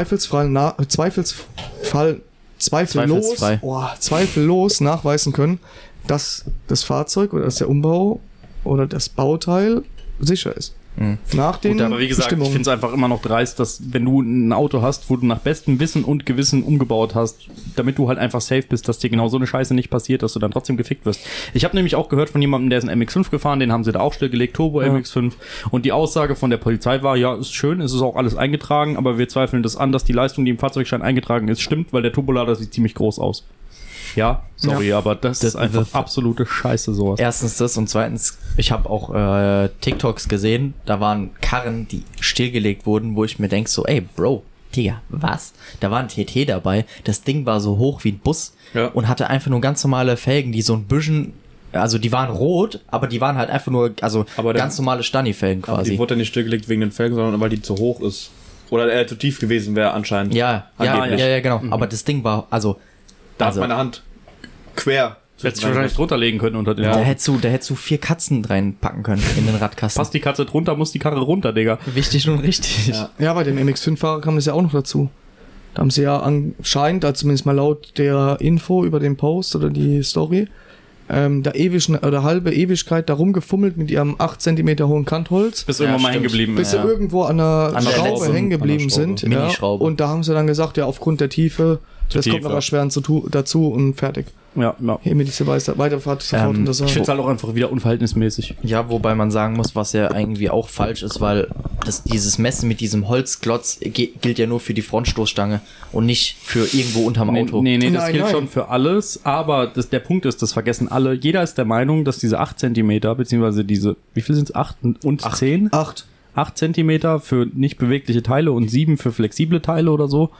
zweifellos nachweisen können, dass das Fahrzeug oder dass der Umbau oder das Bauteil sicher ist. Nach den Gut, aber wie gesagt, ich Bestimmungen. finde es einfach immer noch dreist, dass wenn du ein Auto hast, wo du nach bestem Wissen und Gewissen umgebaut hast, damit du halt einfach safe bist, dass dir genau so eine Scheiße nicht passiert, dass du dann trotzdem gefickt wirst. Ich habe nämlich auch gehört von jemandem, der ist einen MX-5 gefahren, den haben sie da auch stillgelegt, Turbo MX-5, und die Aussage von der Polizei war, ja, ist schön, es ist auch alles eingetragen, aber wir zweifeln das an, dass die Leistung, die im Fahrzeugschein eingetragen ist, stimmt, weil der Turbolader sieht ziemlich groß aus. Ja, sorry, aber das ist einfach absolute Scheiße, sowas. Erstens das und zweitens, ich habe auch TikToks gesehen, da waren Karren, die stillgelegt wurden, wo ich mir denk so, ey, Bro, Digga, was? Da war ein TT dabei, das Ding war so hoch wie ein Bus und hatte einfach nur ganz normale Felgen, die so ein bisschen, also die waren rot, aber die waren halt einfach nur, also Aber der- ganz normale Stani-Felgen Aber quasi. die wurde ja nicht stillgelegt wegen den Felgen, sondern weil die zu hoch ist. Oder er zu tief gewesen wäre anscheinend. Ja, genau. Aber das Ding war, also Da hat meine Hand quer. Hättest du wahrscheinlich drunter legen können unter den da Augen. hättest du 4 Katzen reinpacken können in den Radkasten. Passt die Katze drunter, muss die Karre runter, Digga. Wichtig und richtig. Ja, bei dem MX-5-Fahrer kam das ja auch noch dazu. Da haben sie ja anscheinend, also zumindest mal laut der Info über den Post oder die Story, da halbe Ewigkeit da rumgefummelt mit ihrem 8 cm hohen Kantholz, Bis irgendwann mal hängen geblieben bis ist. sie irgendwo an einer An der Schraube letzten- hängen geblieben an der Schraube. sind. Minischraube. Und da haben sie dann gesagt, ja, aufgrund der Tiefe Das tief, kommt noch ja. erschwerend dazu und fertig. Ja. Hier mit diese Weiterfahrt sofort in das Ich finde es halt auch einfach wieder unverhältnismäßig. Ja, wobei man sagen muss, was ja irgendwie auch falsch ist, weil dieses Messen mit diesem Holzklotz gilt ja nur für die Frontstoßstange und nicht für irgendwo unterm Auto. Nee, das Nein, gilt nein. schon für alles, aber der Punkt ist, das vergessen alle. Jeder ist der Meinung, dass diese 8 Zentimeter, beziehungsweise diese, wie viel sind es? 8 und 10? 8. 8 Zentimeter für nicht bewegliche Teile und 7 für flexible Teile oder so,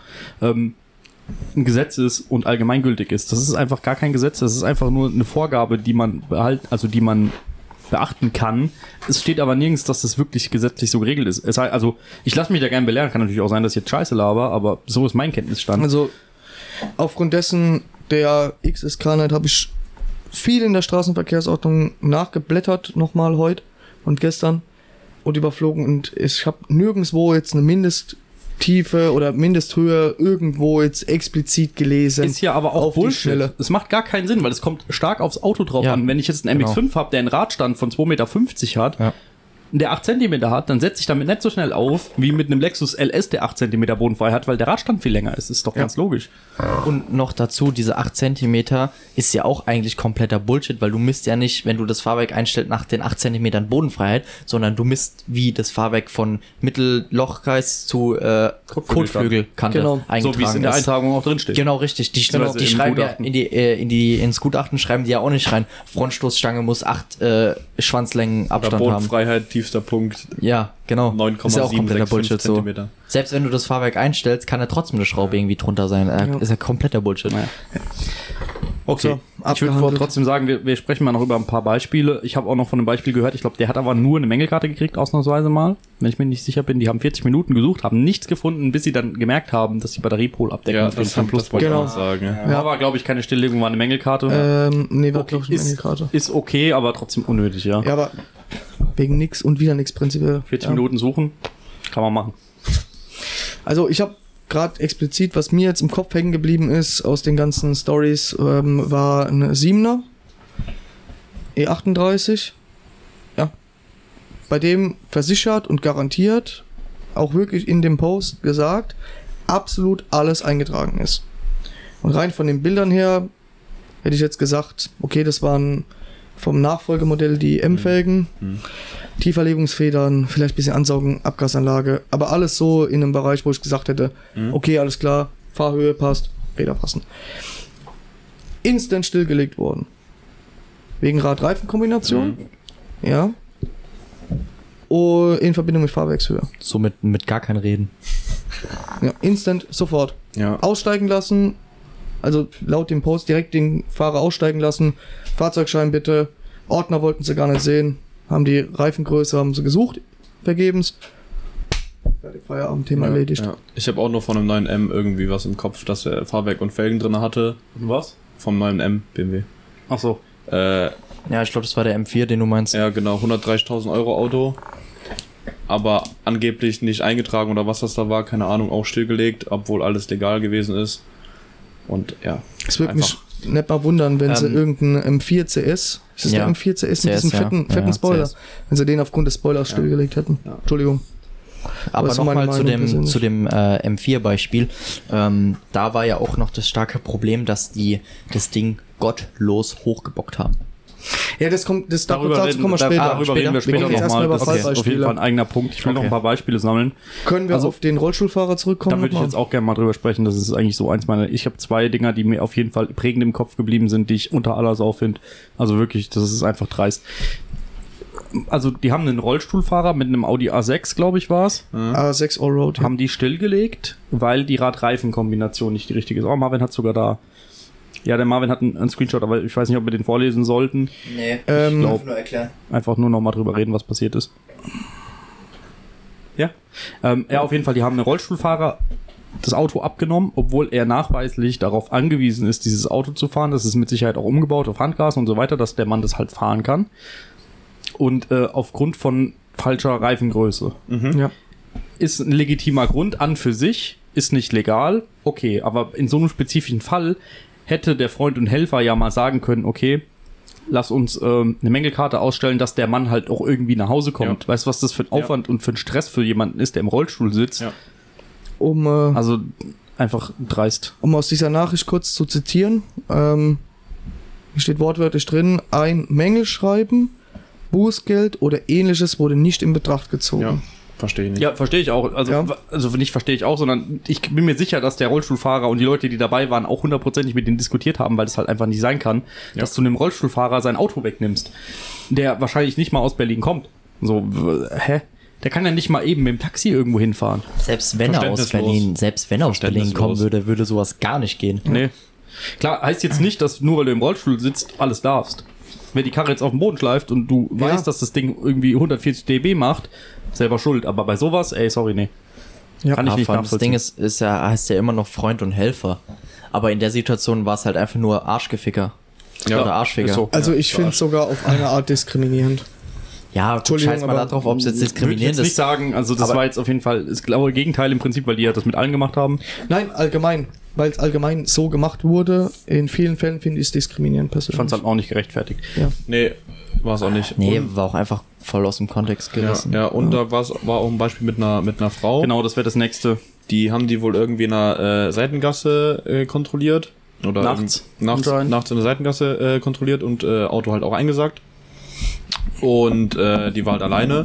ein Gesetz ist und allgemeingültig ist. Das ist einfach gar kein Gesetz, das ist einfach nur eine Vorgabe, die man die man beachten kann. Es steht aber nirgends, dass das wirklich gesetzlich so geregelt ist. Es heißt, also, ich lasse mich da gerne belehren, kann natürlich auch sein, dass ich jetzt Scheiße laber, aber so ist mein Kenntnisstand. Also, aufgrund dessen der XSK-Night habe ich viel in der Straßenverkehrsordnung nachgeblättert, nochmal heute und gestern und überflogen und ich habe nirgendwo jetzt eine Mindesttiefe oder Mindesthöhe irgendwo jetzt explizit gelesen. Ist ja aber auch auf die Bullshit. Schnelle. Es macht gar keinen Sinn, weil es kommt stark aufs Auto drauf Ja, an. Wenn ich jetzt einen MX-5 habe, der einen Radstand von 2,50 Meter hat, Ja. der 8 Zentimeter hat, dann setze ich damit nicht so schnell auf, wie mit einem Lexus LS, der 8 Zentimeter bodenfrei hat, weil der Radstand viel länger ist. Ist doch ganz logisch. Und noch dazu, diese 8 Zentimeter ist ja auch eigentlich kompletter Bullshit, weil du misst ja nicht, wenn du das Fahrwerk einstellst, nach den 8 Zentimetern Bodenfreiheit, sondern du misst, wie das Fahrwerk von Mittellochkreis zu Kotflügelkante Genau. eingetragen So wie es in der ist. Eintragung auch drin steht. Genau, richtig. Die Beziehungsweise im schreiben ja Gutachten. ins Gutachten schreiben die ja auch nicht rein. Frontstoßstange muss 8 Schwanzlängen Oder Abstand haben. Bodenfreiheit, tiefster Punkt, Ja, genau. Ist ja auch kompletter 9,765 Bullshit so. Zentimeter. Selbst wenn du das Fahrwerk einstellst, kann ja trotzdem eine Schraube irgendwie drunter sein. Ist ja kompletter Bullshit. Naja. Okay, So, ich würde abgehandelt. trotzdem sagen, wir sprechen mal noch über ein paar Beispiele. Ich habe auch noch von einem Beispiel gehört, ich glaube, der hat aber nur eine Mängelkarte gekriegt, ausnahmsweise mal, wenn ich mir nicht sicher bin. Die haben 40 Minuten gesucht, haben nichts gefunden, bis sie dann gemerkt haben, dass die Batteriepol-Abdeckung Ja, auf jeden das Fall ein wollte ich Genau. auch sagen. Ja. Ja. Aber glaube ich keine Stilllegung, war eine Mängelkarte. Nee, war Okay, glaube ich eine Mängelkarte. ist okay, aber trotzdem unnötig, ja. Ja, aber wegen nix und wieder nix prinzipiell. 40 ja. Minuten suchen, kann man machen. Also ich habe gerade explizit, was mir jetzt im Kopf hängen geblieben ist aus den ganzen Stories, war eine 7er E38. Ja. Bei dem versichert und garantiert, auch wirklich in dem Post gesagt, absolut alles eingetragen ist. Und rein von den Bildern her hätte ich jetzt gesagt, okay, das waren vom Nachfolgemodell die M-Felgen, Tieferlegungsfedern, vielleicht ein bisschen Ansaugen, Abgasanlage, aber alles so in einem Bereich, wo ich gesagt hätte, okay, alles klar, Fahrhöhe passt, Räder passen. Instant stillgelegt worden. Wegen Rad-Reifen-Kombination. Ja. In Verbindung mit Fahrwerkshöhe. Somit mit gar kein Reden. Ja, instant, sofort. Ja. Aussteigen lassen, also laut dem Post direkt den Fahrer aussteigen lassen, Fahrzeugschein bitte, Ordner wollten sie gar nicht sehen, haben die Reifengröße, haben sie gesucht, vergebens. Fertig, Feierabend, Thema erledigt. Ja. Ich habe auch nur von einem neuen M irgendwie was im Kopf, dass er Fahrwerk und Felgen drin hatte. Was? Vom neuen M BMW. Ach so. Ja, ich glaube, das war der M4, den du meinst. Ja, genau, 130.000 Euro Auto. Aber angeblich nicht eingetragen oder was das da war, keine Ahnung, auch stillgelegt, obwohl alles legal gewesen ist. Und ja. Es würde mich einfach- nicht mal wundern, wenn sie irgendeinen M4 CS, ist das Ja. der M4 CS mit CS, diesem ja. fetten Ja, Spoiler, CS. wenn sie den aufgrund des Spoilers stillgelegt hätten. Ja. Entschuldigung. Aber das ist meine nochmal Meinung persönlich. zu dem M4-Beispiel. Da war ja auch noch das starke Problem, dass die das Ding gottlos hochgebockt haben. Ja, dazu kommen wir später. Darüber reden wir später. später Wir reden jetzt erstmal nochmal. über Das ist auf jeden Fallbeispiele. Fall ein eigener Punkt. Ich will noch ein paar Beispiele sammeln. Können wir Also- auf den Rollstuhlfahrer zurückkommen? Da würde ich nochmal? jetzt auch gerne mal drüber sprechen. Das ist eigentlich so eins meiner. Ich habe 2 Dinger, die mir auf jeden Fall prägend im Kopf geblieben sind, die ich unter aller Sau finde. Also wirklich, das ist einfach dreist. Also die haben einen Rollstuhlfahrer mit einem Audi A6, glaube ich, war es. A6 Allroad. Ja. Haben die stillgelegt, weil die Rad-Reifen-Kombination nicht die richtige ist. Oh, Marvin hat sogar da. Ja, der Marvin hat einen Screenshot, aber ich weiß nicht, ob wir den vorlesen sollten. Nee, Ähm, glaub- nur erklären. Einfach nur noch mal drüber reden, was passiert ist. Ja? Ja, auf jeden Fall, die haben einen Rollstuhlfahrer das Auto abgenommen, obwohl er nachweislich darauf angewiesen ist, dieses Auto zu fahren. Das ist mit Sicherheit auch umgebaut auf Handgas und so weiter, dass der Mann das halt fahren kann. Und aufgrund von falscher Reifengröße. Ja. Ist ein legitimer Grund an für sich, ist nicht legal, okay, aber in so einem spezifischen Fall hätte der Freund und Helfer ja mal sagen können, okay, lass uns eine Mängelkarte ausstellen, dass der Mann halt auch irgendwie nach Hause kommt. Ja. Weißt du, was das für ein Aufwand und für ein Stress für jemanden ist, der im Rollstuhl sitzt? Ja. Um, Also einfach dreist. Um aus dieser Nachricht kurz zu zitieren, hier steht wortwörtlich drin, ein Mängelschreiben, Bußgeld oder ähnliches wurde nicht in Betracht gezogen. Ja, verstehe ich nicht. Ja, verstehe ich auch. Also, Ja. also nicht verstehe ich auch, sondern ich bin mir sicher, dass der Rollstuhlfahrer und die Leute, die dabei waren, auch hundertprozentig mit denen diskutiert haben, weil das halt einfach nicht sein kann, dass du einem Rollstuhlfahrer sein Auto wegnimmst, der wahrscheinlich nicht mal aus Berlin kommt. So, hä? Der kann ja nicht mal eben mit dem Taxi irgendwo hinfahren. Selbst wenn er aus Berlin kommen würde, würde sowas gar nicht gehen. Nee. Klar, heißt jetzt nicht, dass nur weil du im Rollstuhl sitzt, alles darfst. Wenn die Karre jetzt auf dem Boden schleift und du weißt, dass das Ding irgendwie 140 dB macht, selber schuld. Aber bei sowas, sorry, nee. Ja. Kann ich nicht Vor allem das nachvollziehen. Ding ist ja, heißt ja immer noch Freund und Helfer. Aber in der Situation war es halt einfach nur Arschgeficker. Ja, Oder Arschficker. ist so. Also ich finde es sogar auf eine Art diskriminierend. Ja, Entschuldigung, scheiß mal aber da drauf, ob es jetzt Würde ich diskriminierend jetzt nicht ist. sagen, also das Aber- war jetzt auf jeden Fall das genaue Gegenteil im Prinzip, weil die ja das mit allen gemacht haben. Nein, allgemein. Weil es allgemein so gemacht wurde, in vielen Fällen finde ich es diskriminierend Ich persönlich. fand es halt auch nicht gerechtfertigt. Nee, war es auch nicht. Nee, Und, war auch einfach voll aus dem Kontext gerissen. ja, und da war auch ein Beispiel mit einer Frau. Genau, das wäre das nächste. Die haben die wohl irgendwie in einer Seitengasse kontrolliert. Oder Nachts nachts in der Seitengasse kontrolliert und Auto halt auch eingesagt. Und die war halt alleine.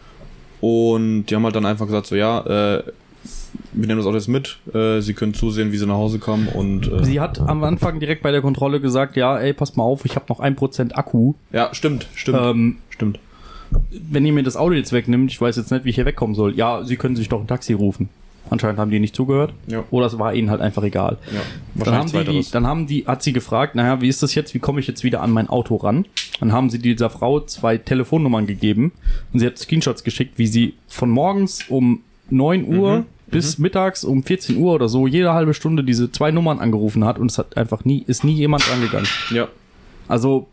Und die haben halt dann einfach gesagt, so ja, wir nehmen das Auto jetzt mit. Sie können zusehen, wie sie nach Hause kommen. Und Sie hat am Anfang direkt bei der Kontrolle gesagt, ja, ey, passt mal auf, ich habe noch 1% Akku. ja, stimmt. Stimmt. Wenn ihr mir das Auto jetzt wegnimmt, ich weiß jetzt nicht, wie ich hier wegkommen soll. Ja, Sie können sich doch ein Taxi rufen. Anscheinend haben die nicht zugehört. Ja. Oder es war ihnen halt einfach egal. Ja, Dann wahrscheinlich zweiteres. hat sie gefragt, naja, wie ist das jetzt, wie komme ich jetzt wieder an mein Auto ran? Dann haben sie dieser Frau 2 Telefonnummern gegeben und sie hat Screenshots geschickt, wie sie von morgens um 9 Uhr bis mittags um 14 Uhr oder so jede halbe Stunde diese 2 Nummern angerufen hat und es hat einfach nie jemand rangegangen. Ja. Also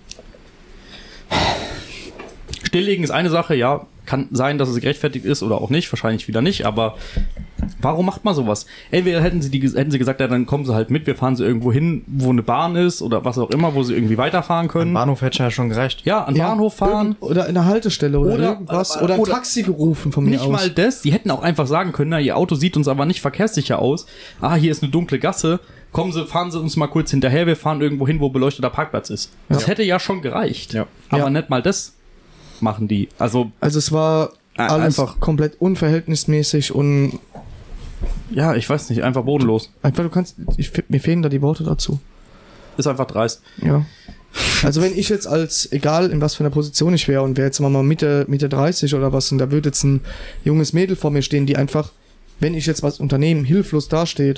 stilllegen ist eine Sache, ja, kann sein, dass es gerechtfertigt ist oder auch nicht, wahrscheinlich wieder nicht, aber warum macht man sowas? Entweder hätten sie gesagt, ja, dann kommen sie halt mit, wir fahren sie irgendwo hin, wo eine Bahn ist oder was auch immer, wo sie irgendwie weiterfahren können. Bahnhof hätte ja schon gereicht. Ja, an den Bahnhof fahren. Oder in der Haltestelle oder irgendwas. Oder ein oder- Taxi gerufen von mir Nicht aus. mal das, die hätten auch einfach sagen können, na, ihr Auto sieht uns aber nicht verkehrssicher aus. Ah, hier ist eine dunkle Gasse. Kommen Sie, fahren Sie uns mal kurz hinterher, wir fahren irgendwo hin, wo beleuchteter Parkplatz ist. Das hätte ja schon gereicht. Ja. Aber Ja. nicht mal das machen die. Also, Also es war alles einfach- komplett unverhältnismäßig und ja, ich weiß nicht, einfach bodenlos. einfach mir fehlen da die Worte dazu. Ist einfach dreist. Ja. Also wenn ich jetzt egal in was für einer Position ich wäre und wäre jetzt mal Mitte 30 oder was und da würde jetzt ein junges Mädel vor mir stehen, die einfach, wenn ich jetzt was unternehmen, hilflos dasteht,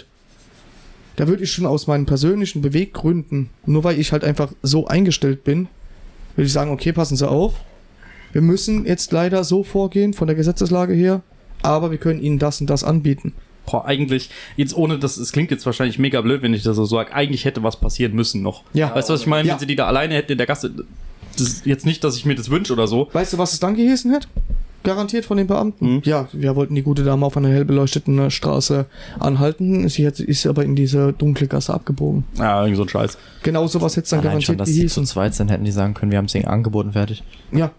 da würde ich schon aus meinen persönlichen Beweggründen, nur weil ich halt einfach so eingestellt bin, würde ich sagen, okay, passen Sie auf, wir müssen jetzt leider so vorgehen von der Gesetzeslage her, aber wir können Ihnen das und das anbieten. Boah, eigentlich, jetzt ohne das, es klingt jetzt wahrscheinlich mega blöd, wenn ich das so sage, eigentlich hätte was passieren müssen noch. Ja. Weißt du, was ich meine? Ja. Wenn sie die da alleine hätten in der Gasse, das ist jetzt nicht, dass ich mir das wünsche oder so. Weißt du, was es dann geheißen hätte? Garantiert von den Beamten. Ja, wir wollten die gute Dame auf einer hell beleuchteten Straße anhalten. Sie ist aber in diese dunkle Gasse abgebogen. Ja, irgendwie so ein Scheiß. Genau sowas hätte es dann Allein schon, garantiert dass sie zu geheißen. zweit sind, hätten die sagen können, wir haben es ihnen angeboten, fertig. Ja.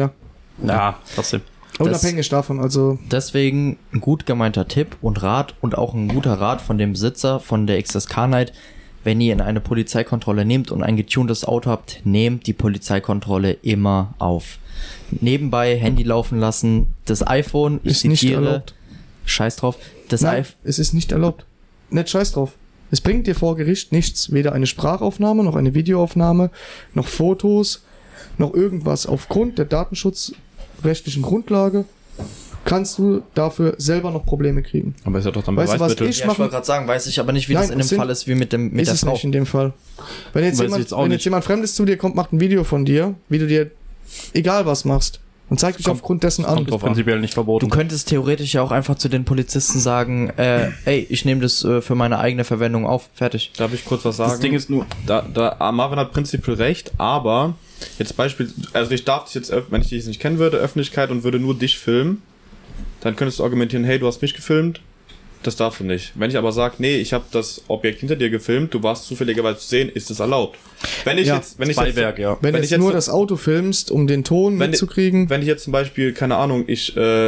Ja, trotzdem. Unabhängig davon, also. Deswegen ein gut gemeinter Tipp und Rat und auch ein guter Rat von dem Besitzer von der XSK Night. Wenn ihr in eine Polizeikontrolle nehmt und ein getuntes Auto habt, nehmt die Polizeikontrolle immer auf. Nebenbei Handy laufen lassen, das iPhone, ich Ist nicht zitiere, erlaubt. scheiß drauf, das Nein, iPhone, es ist nicht erlaubt. Nicht scheiß drauf. Es bringt dir vor Gericht nichts. Weder eine Sprachaufnahme, noch eine Videoaufnahme, noch Fotos, noch irgendwas. Aufgrund der datenschutzrechtlichen Grundlage kannst du dafür selber noch Probleme kriegen. Aber ist ja doch dann Weißt du, was Beweismittel. ich ja, ich mache? wollte gerade sagen, weiß ich aber nicht, wie Nein, das in es dem sind- Fall ist, wie mit der Ist es Frau. nicht in dem Fall. Wenn jetzt, Weiß ich jetzt auch nicht. jemand Fremdes zu dir kommt, macht ein Video von dir, wie du dir egal was machst und zeigt dich aufgrund dessen an. Kommt prinzipiell nicht verboten. Du könntest theoretisch ja auch einfach zu den Polizisten sagen, ey, ich nehme das für meine eigene Verwendung auf, fertig. Darf ich kurz was sagen? Das Ding ist nur, Marvin hat prinzipiell recht, aber jetzt Beispiel, also ich darf dich jetzt, wenn ich dich nicht kennen würde, Öffentlichkeit und würde nur dich filmen, dann könntest du argumentieren, hey, du hast mich gefilmt, das darfst du nicht. Wenn ich aber sage, nee, ich habe das Objekt hinter dir gefilmt, du warst zufälligerweise zu sehen, ist das erlaubt. Wenn ich Ja, jetzt Beiwerk, ja. Wenn wenn du ich jetzt nur jetzt- das Auto filmst, um den Ton Wenn- mitzukriegen, Wenn ich jetzt zum Beispiel, keine Ahnung, ich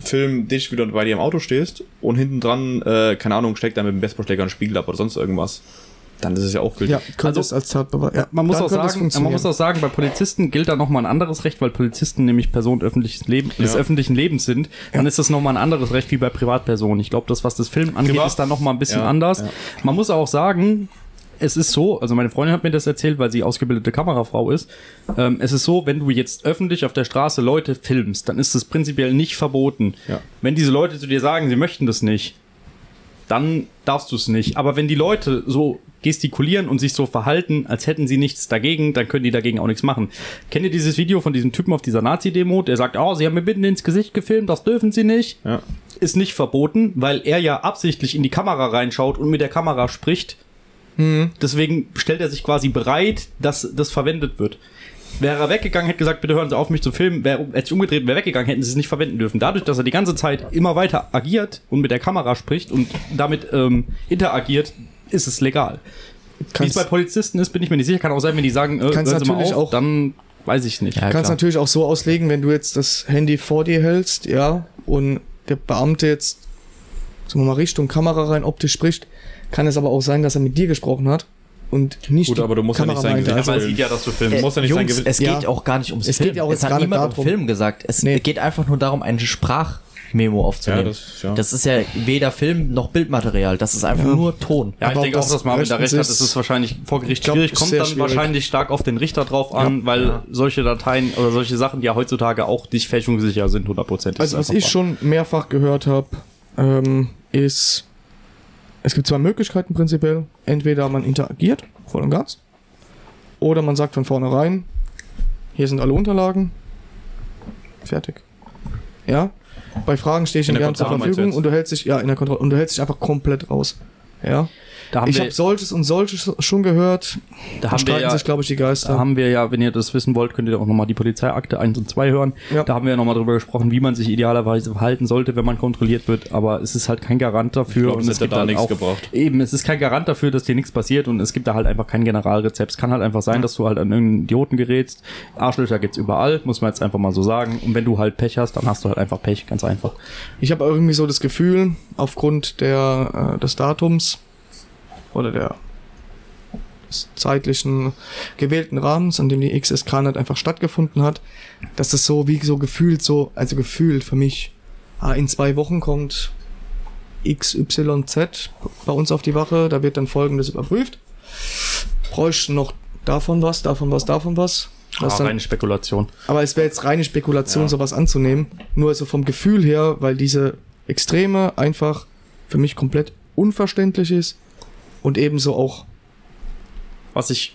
film dich, wie du bei dir im Auto stehst und hinten dran, keine Ahnung, steckt da mit dem Baseballschläger einen Spiegel ab oder sonst irgendwas. Dann ist es ja auch gültig. Ja, könnte es als Tatbeweis. Ja, Man muss dann auch könnte es sagen, man funktionieren. muss auch sagen, bei Polizisten gilt da nochmal ein anderes Recht, weil Polizisten nämlich Personen des öffentlichen Lebens sind. Dann ist das nochmal ein anderes Recht wie bei Privatpersonen. Ich glaube, das, was das Film angeht, ist da nochmal ein bisschen anders. Ja. Man muss auch sagen, es ist so, also meine Freundin hat mir das erzählt, weil sie ausgebildete Kamerafrau ist. Es ist so, wenn du jetzt öffentlich auf der Straße Leute filmst, dann ist das prinzipiell nicht verboten. Ja. Wenn diese Leute zu dir sagen, sie möchten das nicht, dann darfst du es nicht. Aber wenn die Leute so gestikulieren und sich so verhalten, als hätten sie nichts dagegen, dann können die dagegen auch nichts machen. Kennt ihr dieses Video von diesem Typen auf dieser Nazi-Demo? Der sagt, sie haben mir mitten ins Gesicht gefilmt, das dürfen sie nicht. Ja. Ist nicht verboten, weil er ja absichtlich in die Kamera reinschaut und mit der Kamera spricht. Deswegen stellt er sich quasi bereit, dass das verwendet wird. Wäre er weggegangen, hätte gesagt, bitte hören Sie auf, mich zu filmen, hätte sich umgedreht, wäre weggegangen, hätten sie es nicht verwenden dürfen. Dadurch, dass er die ganze Zeit immer weiter agiert und mit der Kamera spricht und damit interagiert, ist es legal. Wie es bei Polizisten ist, bin ich mir nicht sicher. Kann auch sein, wenn die sagen, hören Sie mal auf, dann weiß ich nicht. Ja, kannst natürlich auch so auslegen, wenn du jetzt das Handy vor dir hältst, ja, und der Beamte jetzt, sagen wir mal, Richtung Kamera rein optisch spricht, kann es aber auch sein, dass er mit dir gesprochen hat und nicht. Gut, aber du musst Kamera ja nicht sein Gesicht. Man sieht ja, dass du filmst. Muss ja nicht Jungs, sein es geht auch gar nicht ums Film. Geht ja auch es hat niemand um Film gesagt. Es geht einfach nur darum, eine Sprachmemo aufzunehmen. Das ist ja weder Film noch Bildmaterial. Das ist einfach nur Ton. Ja, ich denke auch, dass Marvin da recht hat. Das ist wahrscheinlich vor Gericht schwierig. Kommt dann wahrscheinlich stark auf den Richter drauf an, weil solche Dateien oder solche Sachen, die ja heutzutage auch nicht fälschungssicher sind, 100%. Also was ich schon mehrfach gehört habe, ist, es gibt zwei Möglichkeiten prinzipiell. Entweder man interagiert, voll und ganz, oder man sagt von vornherein, hier sind alle Unterlagen, fertig. Ja? Bei Fragen stehe ich Ihnen gerne zur Verfügung und du hältst dich, in der Kontrolle, und du hältst dich einfach komplett raus. Ja? Ich habe solches und solches schon gehört. Da streiten sich, glaube ich, die Geister. Da haben wir ja, wenn ihr das wissen wollt, könnt ihr auch nochmal die Polizeiakte 1 und 2 hören. Ja. Da haben wir ja nochmal drüber gesprochen, wie man sich idealerweise verhalten sollte, wenn man kontrolliert wird. Aber es ist halt kein Garant dafür. Ich glaub, es hat da nichts gebracht. Eben, es ist kein Garant dafür, dass dir nichts passiert und es gibt da halt einfach kein Generalrezept. Es kann halt einfach sein, dass du halt an irgendeinen Idioten gerätst. Arschlöcher gibt's überall, muss man jetzt einfach mal so sagen. Und wenn du halt Pech hast, dann hast du halt einfach Pech, ganz einfach. Ich habe irgendwie so das Gefühl, aufgrund des Datums oder des zeitlichen gewählten Rahmens, an dem die XSK-Night einfach stattgefunden hat, dass das so gefühlt für mich, in 2 Wochen kommt XYZ bei uns auf die Wache, da wird dann Folgendes überprüft. Bräuchten noch davon was. Reine Spekulation. Aber es wäre jetzt reine Spekulation, sowas anzunehmen. Nur also vom Gefühl her, weil diese Extreme einfach für mich komplett unverständlich ist. Und ebenso auch was ich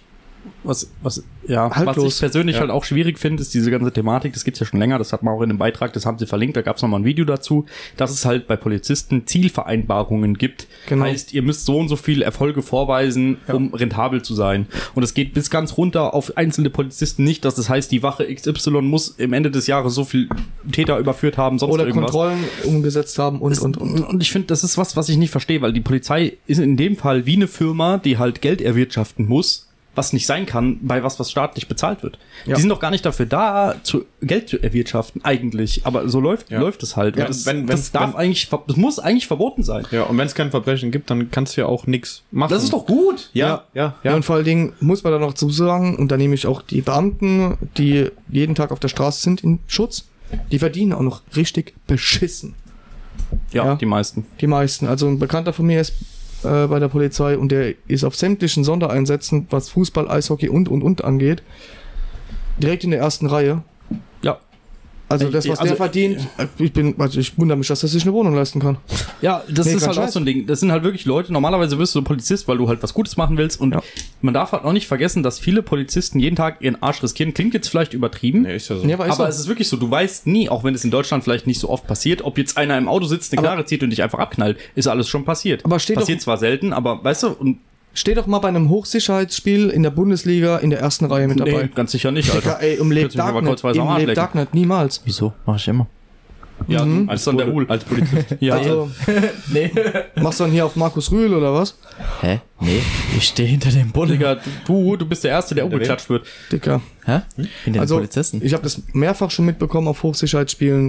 persönlich halt auch schwierig finde, ist diese ganze Thematik, das gibt's ja schon länger, das hat man auch in dem Beitrag, das haben sie verlinkt, da gab's nochmal ein Video dazu, dass es halt bei Polizisten Zielvereinbarungen gibt. Genau. Heißt, ihr müsst so und so viele Erfolge vorweisen, um rentabel zu sein. Und es geht bis ganz runter auf einzelne Polizisten nicht, dass das heißt, die Wache XY muss im Ende des Jahres so viel Täter überführt haben, sonst oder irgendwas. Kontrollen umgesetzt haben und. Und ich finde, das ist was ich nicht verstehe, weil die Polizei ist in dem Fall wie eine Firma, die halt Geld erwirtschaften muss, was nicht sein kann, bei was staatlich bezahlt wird. Ja. Die sind doch gar nicht dafür da, Geld zu erwirtschaften, eigentlich. Aber so läuft es halt. Ja, das muss eigentlich verboten sein. Ja, und wenn es kein Verbrechen gibt, dann kannst du ja auch nichts machen. Das ist doch gut. Ja. Und vor allen Dingen muss man da noch zusagen, und da nehme ich auch die Beamten, die jeden Tag auf der Straße sind, in Schutz, die verdienen auch noch richtig beschissen. Ja, die meisten. Die meisten. Also ein Bekannter von mir ist bei der Polizei und der ist auf sämtlichen Sondereinsätzen, was Fußball, Eishockey und angeht, direkt in der ersten Reihe. Ja. Also das, was der verdient, ich wundere mich, dass er sich eine Wohnung leisten kann. Ja, das ist halt auch so ein Ding. Das sind halt wirklich Leute, normalerweise wirst du Polizist, weil du halt was Gutes machen willst und man darf halt auch nicht vergessen, dass viele Polizisten jeden Tag ihren Arsch riskieren. Klingt jetzt vielleicht übertrieben, nee, ist ja so. Aber es ist wirklich so, du weißt nie, auch wenn es in Deutschland vielleicht nicht so oft passiert, ob jetzt einer im Auto sitzt, eine Knarre zieht und dich einfach abknallt, ist alles schon passiert. Aber passiert zwar selten, aber weißt du, und steh doch mal bei einem Hochsicherheitsspiel in der Bundesliga in der ersten Reihe mit dabei. Nee, ganz sicher nicht, Alter. Ey, im Leb Darknet, niemals. Wieso? Mach ich immer. Ja, als dann der Hul. Als Polizist. Ja, also, nee. Machst du dann hier auf Markus Rühl oder was? Hä? Nee, ich stehe hinter dem Bullen. Digga, du bist der Erste, der umgeklatscht wird. Dicker. Hä? Hinter den Polizisten. Ich habe das mehrfach schon mitbekommen auf Hochsicherheitsspielen.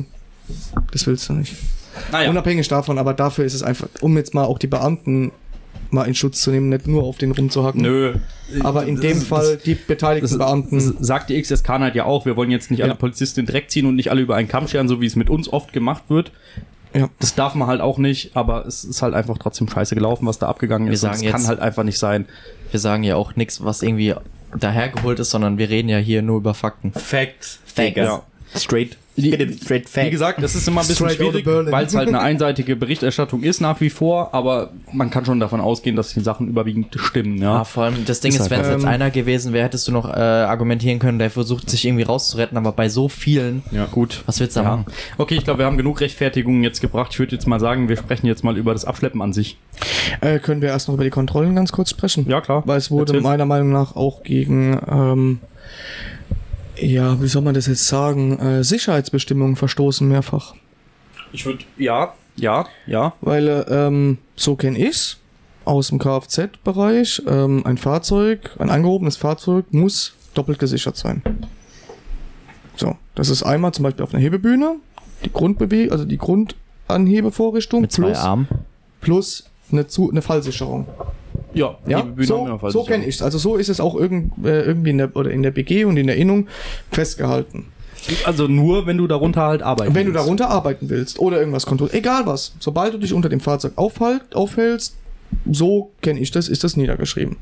Das willst du nicht. Naja. Unabhängig davon, aber dafür ist es einfach, um jetzt mal auch die Beamten mal in Schutz zu nehmen, nicht nur auf den rumzuhacken. Nö. Aber in dem Fall die beteiligten Beamten. Das sagt die XSK-Night ja auch. Wir wollen jetzt nicht alle Polizisten in den Dreck ziehen und nicht alle über einen Kamm scheren, so wie es mit uns oft gemacht wird. Ja. Das darf man halt auch nicht, aber es ist halt einfach trotzdem scheiße gelaufen, was da abgegangen ist. sagen Das jetzt- kann halt einfach nicht sein. Wir sagen ja auch nichts, was irgendwie dahergeholt ist, sondern wir reden ja hier nur über Fakten. Facts. Ja. Straight Wie gesagt, das ist immer ein bisschen Straight outta schwierig, Berlin. weil es halt eine einseitige Berichterstattung ist nach wie vor, aber man kann schon davon ausgehen, dass die Sachen überwiegend stimmen. Ja, Ja. vor allem das Ding Ist ist, halt- wenn es jetzt einer gewesen wäre, hättest du noch argumentieren können, der versucht sich irgendwie rauszuretten, aber bei so vielen, Ja, gut. was willst du da Ja. machen? Okay, ich glaube, wir haben genug Rechtfertigungen jetzt gebracht. Ich würde jetzt mal sagen, wir sprechen jetzt mal über das Abschleppen an sich. Können wir erst noch über die Kontrollen ganz kurz sprechen? Ja, klar. Weil es wurde Erzähl. meiner Meinung nach auch gegen, ja, wie soll man das jetzt sagen, Sicherheitsbestimmungen verstoßen mehrfach. Ich würde, ja. Weil, so kenne ich's aus dem Kfz-Bereich, ein angehobenes Fahrzeug muss doppelt gesichert sein. So, das ist einmal zum Beispiel auf einer Hebebühne, die also die Grundanhebevorrichtung Mit zwei Armen. plus eine Fallsicherung. Ja, Ja, die Bühne haben wir noch so kenne ich es. Also so ist es auch irgendwie in der BG und in der Innung festgehalten. Also nur, wenn du darunter halt arbeiten Wenn du willst. darunter arbeiten willst oder irgendwas kontrollierst, egal was, sobald du dich unter dem Fahrzeug aufhältst, so kenne ich das, ist das niedergeschrieben.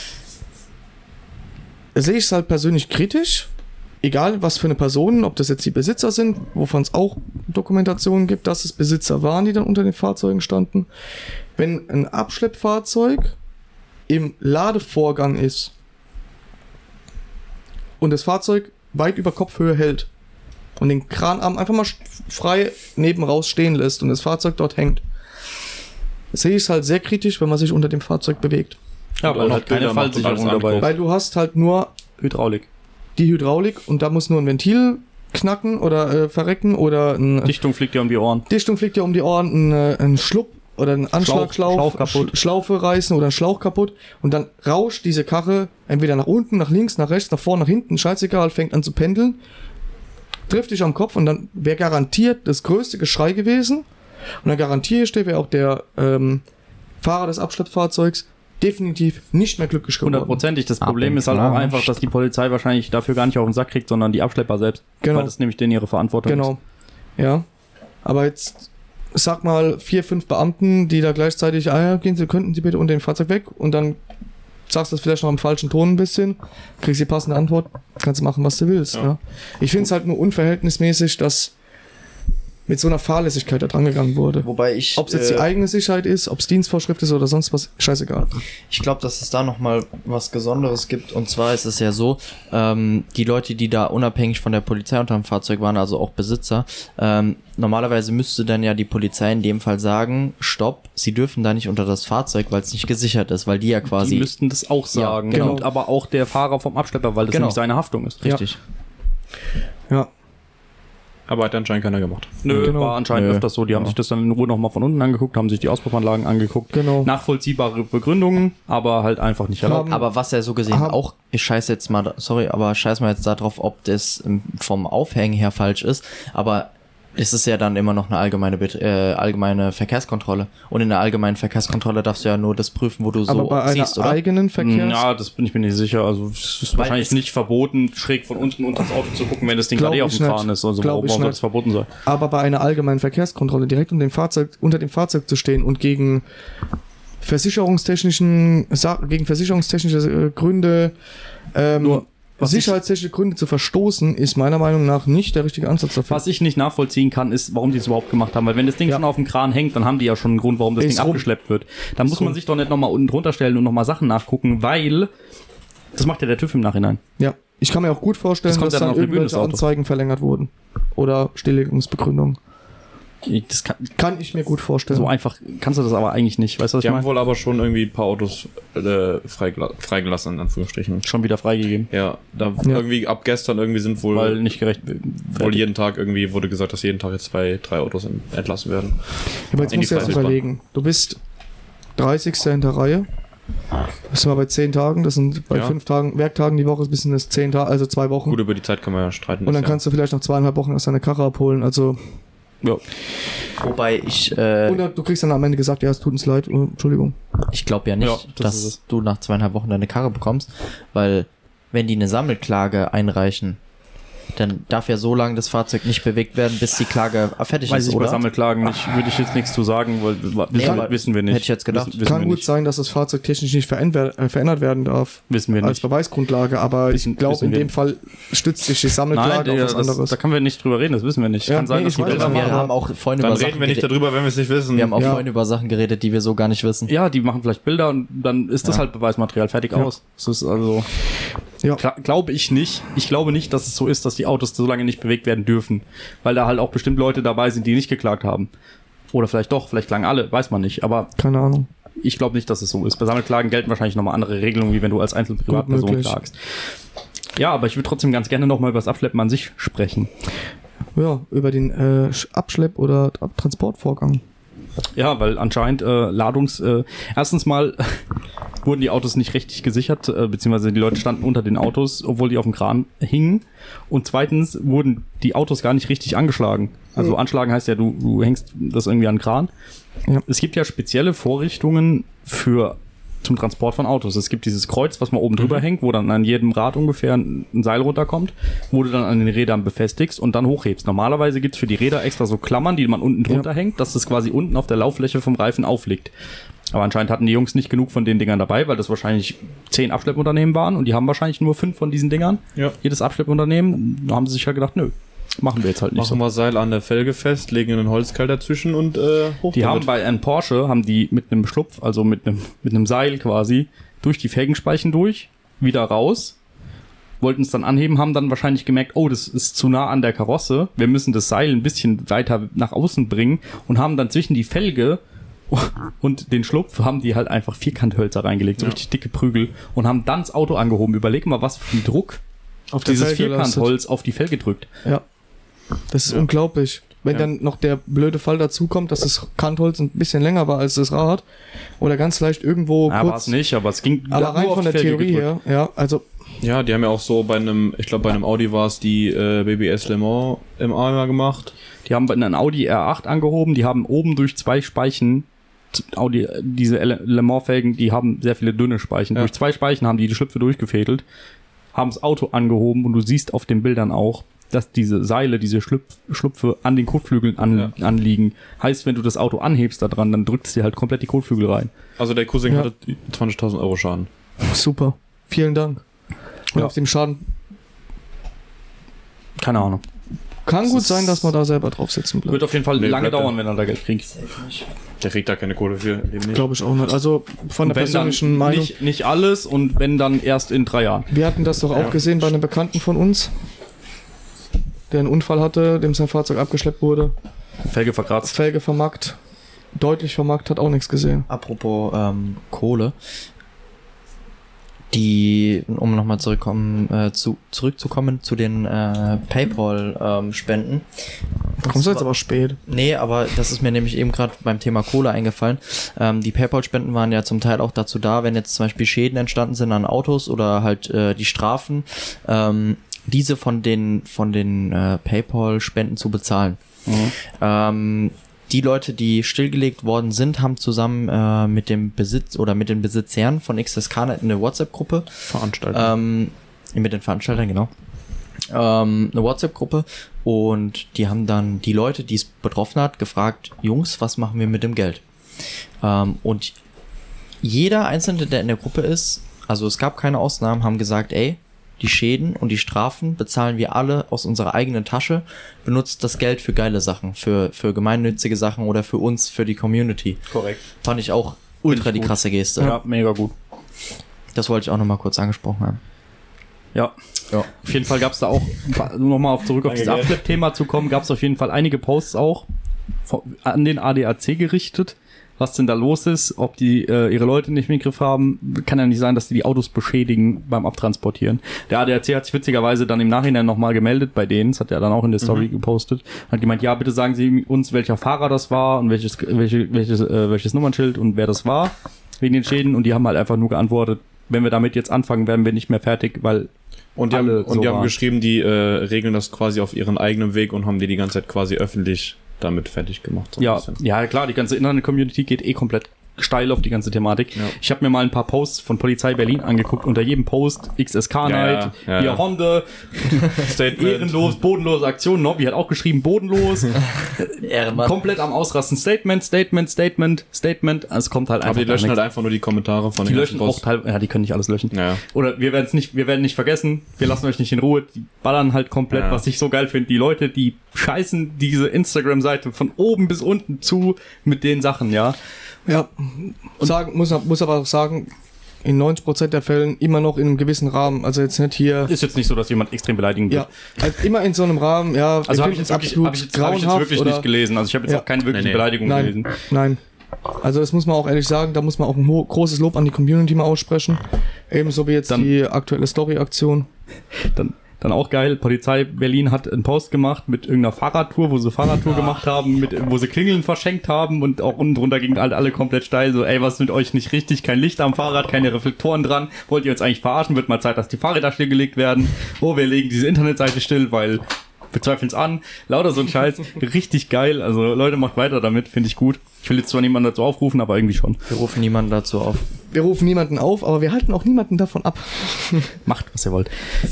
Sehe ich es halt persönlich kritisch, egal was für eine Person, ob das jetzt die Besitzer sind, wovon es auch Dokumentationen gibt, dass es Besitzer waren, die dann unter den Fahrzeugen standen. Wenn ein Abschleppfahrzeug im Ladevorgang ist und das Fahrzeug weit über Kopfhöhe hält und den Kranarm einfach mal frei neben raus stehen lässt und das Fahrzeug dort hängt, sehe ich es halt sehr kritisch, wenn man sich unter dem Fahrzeug bewegt. Ja, Und weil auch halt keine Bilder macht und Fallsicherung alles dabei ist. Weil du hast halt nur Hydraulik. die Hydraulik und da muss nur ein Ventil knacken oder verrecken oder eine Dichtung fliegt dir um die Ohren. Dichtung fliegt ja um die Ohren, ein Schlupp oder ein Anschlagschlauch, Schlauch kaputt. Schlaufe reißen oder ein Schlauch kaputt und dann rauscht diese Karre entweder nach unten, nach links, nach rechts, nach vorne, nach hinten, scheißegal, fängt an zu pendeln, trifft dich am Kopf und dann wäre garantiert das größte Geschrei gewesen und dann garantiere ich dir, wäre auch der Fahrer des Abschleppfahrzeugs definitiv nicht mehr glücklich geworden. 100%ig. Das Problem ist halt klar. auch einfach, dass die Polizei wahrscheinlich dafür gar nicht auf den Sack kriegt, sondern die Abschlepper selbst. Genau. Weil das nämlich denen ihre Verantwortung ist. Genau. Ja. Aber jetzt sag mal 4, 5 Beamten, die da gleichzeitig, könnten Sie bitte unter dem Fahrzeug weg und dann sagst du das vielleicht noch im falschen Ton ein bisschen, kriegst die passende Antwort, kannst machen, was du willst. Ja. Ich finde es halt nur unverhältnismäßig, dass mit so einer Fahrlässigkeit da dran gegangen wurde. Wobei ich, Ob es jetzt die eigene Sicherheit ist, ob es Dienstvorschrift ist oder sonst was, scheißegal. ich glaube, dass es da nochmal was Besonderes gibt. Und zwar ist es ja so, die Leute, die da unabhängig von der Polizei unter dem Fahrzeug waren, also auch Besitzer, normalerweise müsste dann ja die Polizei in dem Fall sagen, stopp, sie dürfen da nicht unter das Fahrzeug, weil es nicht gesichert ist, weil die ja quasi... Die müssten das auch sagen. genau. Und aber auch der Fahrer vom Abschlepper, weil das Genau. nämlich seine Haftung ist. Richtig. Ja. Aber hat anscheinend keiner gemacht. Nö, Genau. war anscheinend Nö. öfters so. Die haben sich das dann in Ruhe nochmal von unten angeguckt, haben sich die Auspuffanlagen angeguckt. Genau. Nachvollziehbare Begründungen, aber halt einfach nicht erlaubt. Aber was ja so gesehen auch, ich scheiß jetzt mal, sorry, aber scheiß mal jetzt darauf, ob das vom Aufhängen her falsch ist, aber es ist ja dann immer noch eine allgemeine Verkehrskontrolle. Und in der allgemeinen Verkehrskontrolle darfst du ja nur das prüfen, wo du Aber so bei einer siehst, oder? eigenen Verkehrs... Ja, das bin ich mir nicht sicher. Also es ist Weil wahrscheinlich es- nicht verboten, schräg von unten unter das Auto zu gucken, wenn das Ding Glaub gerade auf ich dem nicht. Fahren ist. Also Glaub warum ich soll nicht. das verboten sein? Aber bei einer allgemeinen Verkehrskontrolle direkt unter dem Fahrzeug zu stehen und gegen versicherungstechnische Gründe, was sicherheitstechnische Gründe zu verstoßen, ist meiner Meinung nach nicht der richtige Ansatz dafür. Was ich nicht nachvollziehen kann, ist, warum die es überhaupt gemacht haben. Weil wenn das Ding Ja. schon auf dem Kran hängt, dann haben die ja schon einen Grund, warum das Ist Ding rum. abgeschleppt wird. Da muss man rum. sich doch nicht nochmal unten drunter stellen und nochmal Sachen nachgucken, weil das macht ja der TÜV im Nachhinein. Ja, ich kann mir auch gut vorstellen, Das kommt dass dann dann auf die Bühne, irgendwelche das Auto. Anzeigen verlängert wurden. Oder Stilllegungsbegründungen. Das kann, Kann ich mir gut vorstellen. so einfach kannst du das aber eigentlich nicht. Weißt du, was Die ich haben meine? wohl aber schon irgendwie ein paar Autos freigelassen, in Anführungsstrichen. Schon wieder freigegeben. Ja, da Ja. irgendwie ab gestern irgendwie sind wohl, Weil nicht gerecht. wohl jeden Tag irgendwie wurde gesagt, dass jeden Tag jetzt 2, 3 Autos entlassen werden. Aber jetzt in musst die du jetzt Freiheitsbahn. überlegen. Du bist 30. in der Reihe. Das sind wir bei 10 Tagen. Das sind bei Ja. 5 Tagen, Werktagen die Woche, bis das 10 Tage, also 2 Wochen. Gut, über die Zeit kann man ja streiten. Und dann das kannst du vielleicht noch 2,5 Wochen erst deine Karre abholen. Also Ja. Wobei ich, Oder du kriegst dann am Ende gesagt, ja, es tut uns leid, Entschuldigung. ich glaube ja nicht, Ja, das ist dass es. du nach 2,5 Wochen deine Karre bekommst, weil wenn die eine Sammelklage einreichen, dann darf ja so lange das Fahrzeug nicht bewegt werden, bis die Klage fertig Weiß ist, ich bei oder? Sammelklagen nicht, würde ich jetzt nichts zu sagen, weil aber wissen wir nicht. hätte ich jetzt gedacht. Wissen Kann wir gut nicht. sein, dass das Fahrzeug technisch nicht verändert werden darf. Wissen wir Als nicht. Beweisgrundlage, aber ich glaube, wissen in wir dem nicht. Fall stützt sich die Sammelklage auf was anderes. da können wir nicht drüber reden, das wissen wir nicht. Ja, Kann sein, nee, dass ich die weiß, Bilder aber Wir machen. haben auch vorhin Dann über reden Sachen wir nicht geredet. darüber, wenn wir es nicht wissen. Wir haben auch Ja. vorhin über Sachen geredet, die wir so gar nicht wissen. Ja, die machen vielleicht Bilder und dann ist das Ja. halt Beweismaterial fertig aus. Das ist also, Ja. glaube ich nicht. Ich glaube nicht, dass es so ist, dass die Autos so lange nicht bewegt werden dürfen. Weil da halt auch bestimmt Leute dabei sind, die nicht geklagt haben. Oder vielleicht doch, vielleicht klagen alle, weiß man nicht. Aber Keine Ahnung. ich glaube nicht, dass es so ist. Bei Sammelklagen gelten wahrscheinlich nochmal andere Regelungen, wie wenn du als Einzelprivatperson möglich. klagst. Ja, aber ich würde trotzdem ganz gerne nochmal über das Abschleppen an sich sprechen. Ja, über den Abschlepp- oder Transportvorgang. Ja, weil anscheinend erstens mal wurden die Autos nicht richtig gesichert, beziehungsweise die Leute standen unter den Autos, obwohl die auf dem Kran hingen. Und zweitens wurden die Autos gar nicht richtig angeschlagen. Also anschlagen heißt ja, du hängst das irgendwie an den Kran. Ja. Es gibt ja spezielle Vorrichtungen zum Transport von Autos. Es gibt dieses Kreuz, was man oben drüber hängt, wo dann an jedem Rad ungefähr ein Seil runterkommt, wo du dann an den Rädern befestigst und dann hochhebst. Normalerweise gibt's für die Räder extra so Klammern, die man unten drunter hängt, dass es quasi unten auf der Lauffläche vom Reifen aufliegt. Aber anscheinend hatten die Jungs nicht genug von den Dingern dabei, weil das wahrscheinlich 10 Abschleppunternehmen waren und die haben wahrscheinlich nur 5 von diesen Dingern. Ja. Jedes Abschleppunternehmen. Da haben sie sich ja gedacht, nö, machen wir jetzt halt nicht Machen wir Seil an der Felge fest, legen einen Holzkeil dazwischen und hoch Die haben damit. bei einem Porsche, haben die mit einem Schlupf, also mit einem Seil quasi, durch die Felgenspeichen durch, wieder raus, wollten es dann anheben, haben dann wahrscheinlich gemerkt, oh, das ist zu nah an der Karosse, wir müssen das Seil ein bisschen weiter nach außen bringen und haben dann zwischen die Felge und den Schlupf haben die halt einfach Vierkanthölzer reingelegt, so richtig dicke Prügel und haben dann das Auto angehoben. Überleg mal, was für ein Druck Auf der dieses Felge Vierkantholz auf die Felge drückt. Ja. Das ist unglaublich. Wenn dann noch der blöde Fall dazu kommt, dass das Kantholz ein bisschen länger war als das Rad oder ganz leicht irgendwo Ja, war es kurz. nicht, aber es ging Aber nur rein auf von die der Felge Theorie gedrückt. her, ja, also Ja, die haben ja auch so bei einem Audi war es die BBS Le Mans MA immer gemacht. Die haben einen Audi R8 angehoben, die haben oben durch 2 Speichen, diese Le Mans-Felgen, die haben sehr viele dünne Speichen. Ja. Durch 2 Speichen haben die Schlüpfe durchgefädelt, haben das Auto angehoben und du siehst auf den Bildern auch, dass diese Seile, diese Schlupfe an den Kotflügeln anliegen. Heißt, wenn du das Auto anhebst da dran, dann drückt es dir halt komplett die Kotflügel rein. Also der Cousin Ja. hatte 20.000 Euro Schaden. super. Vielen Dank. Und Ja. auf dem Schaden Keine Ahnung. kann Das gut ist- sein, dass man da selber drauf sitzen bleibt. Wird auf jeden Fall Nee, lange bleibt dauern, wenn er da Geld kriegt. Der kriegt da keine Kohle für. Eben nicht. Glaube ich auch nicht. Also von der Wenn dann persönlichen Meinung. nicht alles und wenn dann erst in 3 Jahren. Wir hatten das doch auch gesehen bei einem Bekannten von uns, der einen Unfall hatte, dem sein Fahrzeug abgeschleppt wurde, Felge verkratzt. Felge vermackt, deutlich vermackt, hat auch nichts gesehen. Apropos Kohle. Um nochmal zurückzukommen zu den PayPal-Spenden. Kommst du jetzt aber spät. Nee, aber das ist mir nämlich eben gerade beim Thema Kohle eingefallen. Die PayPal-Spenden waren ja zum Teil auch dazu da, wenn jetzt zum Beispiel Schäden entstanden sind an Autos oder halt die Strafen, diese von den PayPal-Spenden zu bezahlen. Die Leute, die stillgelegt worden sind, haben zusammen mit dem Besitz oder mit den Besitzern von XSK eine WhatsApp-Gruppe. Veranstalter. Mit den Veranstaltern, genau. Eine WhatsApp-Gruppe und die haben dann die Leute, die es betroffen hat, gefragt, Jungs, was machen wir mit dem Geld? Und jeder Einzelne, der in der Gruppe ist, also es gab keine Ausnahmen, haben gesagt, ey, die Schäden und die Strafen bezahlen wir alle aus unserer eigenen Tasche, benutzt das Geld für geile Sachen, für gemeinnützige Sachen oder für uns, für die Community. Korrekt. Fand ich auch ultra die gut. krasse Geste. Ja, mega gut. Das wollte ich auch nochmal kurz angesprochen haben. Ja. Auf jeden Fall gab es da auch, nochmal zurück auf das Abschleppthema zu kommen, gab es auf jeden Fall einige Posts auch an den ADAC gerichtet, was denn da los ist, ob die ihre Leute nicht mehr im Griff haben. Kann ja nicht sein, dass die Autos beschädigen beim Abtransportieren. Der ADAC hat sich witzigerweise dann im Nachhinein nochmal gemeldet bei denen, das hat er dann auch in der Story gepostet, hat gemeint, ja, bitte sagen Sie uns, welcher Fahrer das war und welches Nummernschild und wer das war, wegen den Schäden, und die haben halt einfach nur geantwortet, wenn wir damit jetzt anfangen, werden wir nicht mehr fertig, weil Und die, alle haben, und so die haben waren. geschrieben, die regeln das quasi auf ihren eigenen Weg und haben die ganze Zeit quasi öffentlich damit fertig gemacht. So ein Ja, bisschen. ja, klar, die ganze Internet-Community geht komplett steil auf die ganze Thematik. Ja. Ich habe mir mal ein paar Posts von Polizei Berlin angeguckt. Unter jedem Post XSK-Night, Ja, hier ja. Honda, Statement. ehrenlos, bodenlose Aktion. Nobby hat auch geschrieben, bodenlos. Ehrenmann. Komplett am Ausrasten. Statement. Es kommt halt einfach. Aber die löschen gar halt einfach nur die Kommentare von nichts. Die den löschen ganzen auch teilweise, ja, die können nicht alles löschen. Ja. Oder wir werden nicht vergessen, wir lassen euch nicht in Ruhe, die ballern halt komplett, Ja. was ich so geil finde, die Leute, die scheißen diese Instagram-Seite von oben bis unten zu mit den Sachen, ja. Ja, muss aber auch sagen, in 90% der Fällen immer noch in einem gewissen Rahmen. Also jetzt nicht hier. Ist jetzt nicht so, dass jemand extrem beleidigen wird. Ja, also immer in so einem Rahmen, ja, Also habe ich jetzt wirklich nicht gelesen. Also ich habe jetzt Ja. auch keine wirkliche Nee. Beleidigung gelesen. Nein. Also das muss man auch ehrlich sagen, da muss man auch ein großes Lob an die Community mal aussprechen. Ebenso wie jetzt Dann- die aktuelle Story-Aktion. Dann auch geil, Polizei Berlin hat einen Post gemacht mit irgendeiner Fahrradtour, wo sie Fahrradtour gemacht haben, wo sie Klingeln verschenkt haben und auch unten drunter gingen alle komplett steil, so ey, was ist mit euch nicht richtig, kein Licht am Fahrrad, keine Reflektoren dran, wollt ihr uns eigentlich verarschen, wird mal Zeit, dass die Fahrräder stillgelegt werden, oh, wir legen diese Internetseite still, weil wir zweifeln es an, lauter so ein Scheiß, richtig geil, also Leute, macht weiter damit, finde ich gut. Ich will jetzt zwar niemanden dazu aufrufen, aber irgendwie schon. Wir rufen niemanden dazu auf. Wir rufen niemanden auf, aber wir halten auch niemanden davon ab. Macht, was ihr wollt.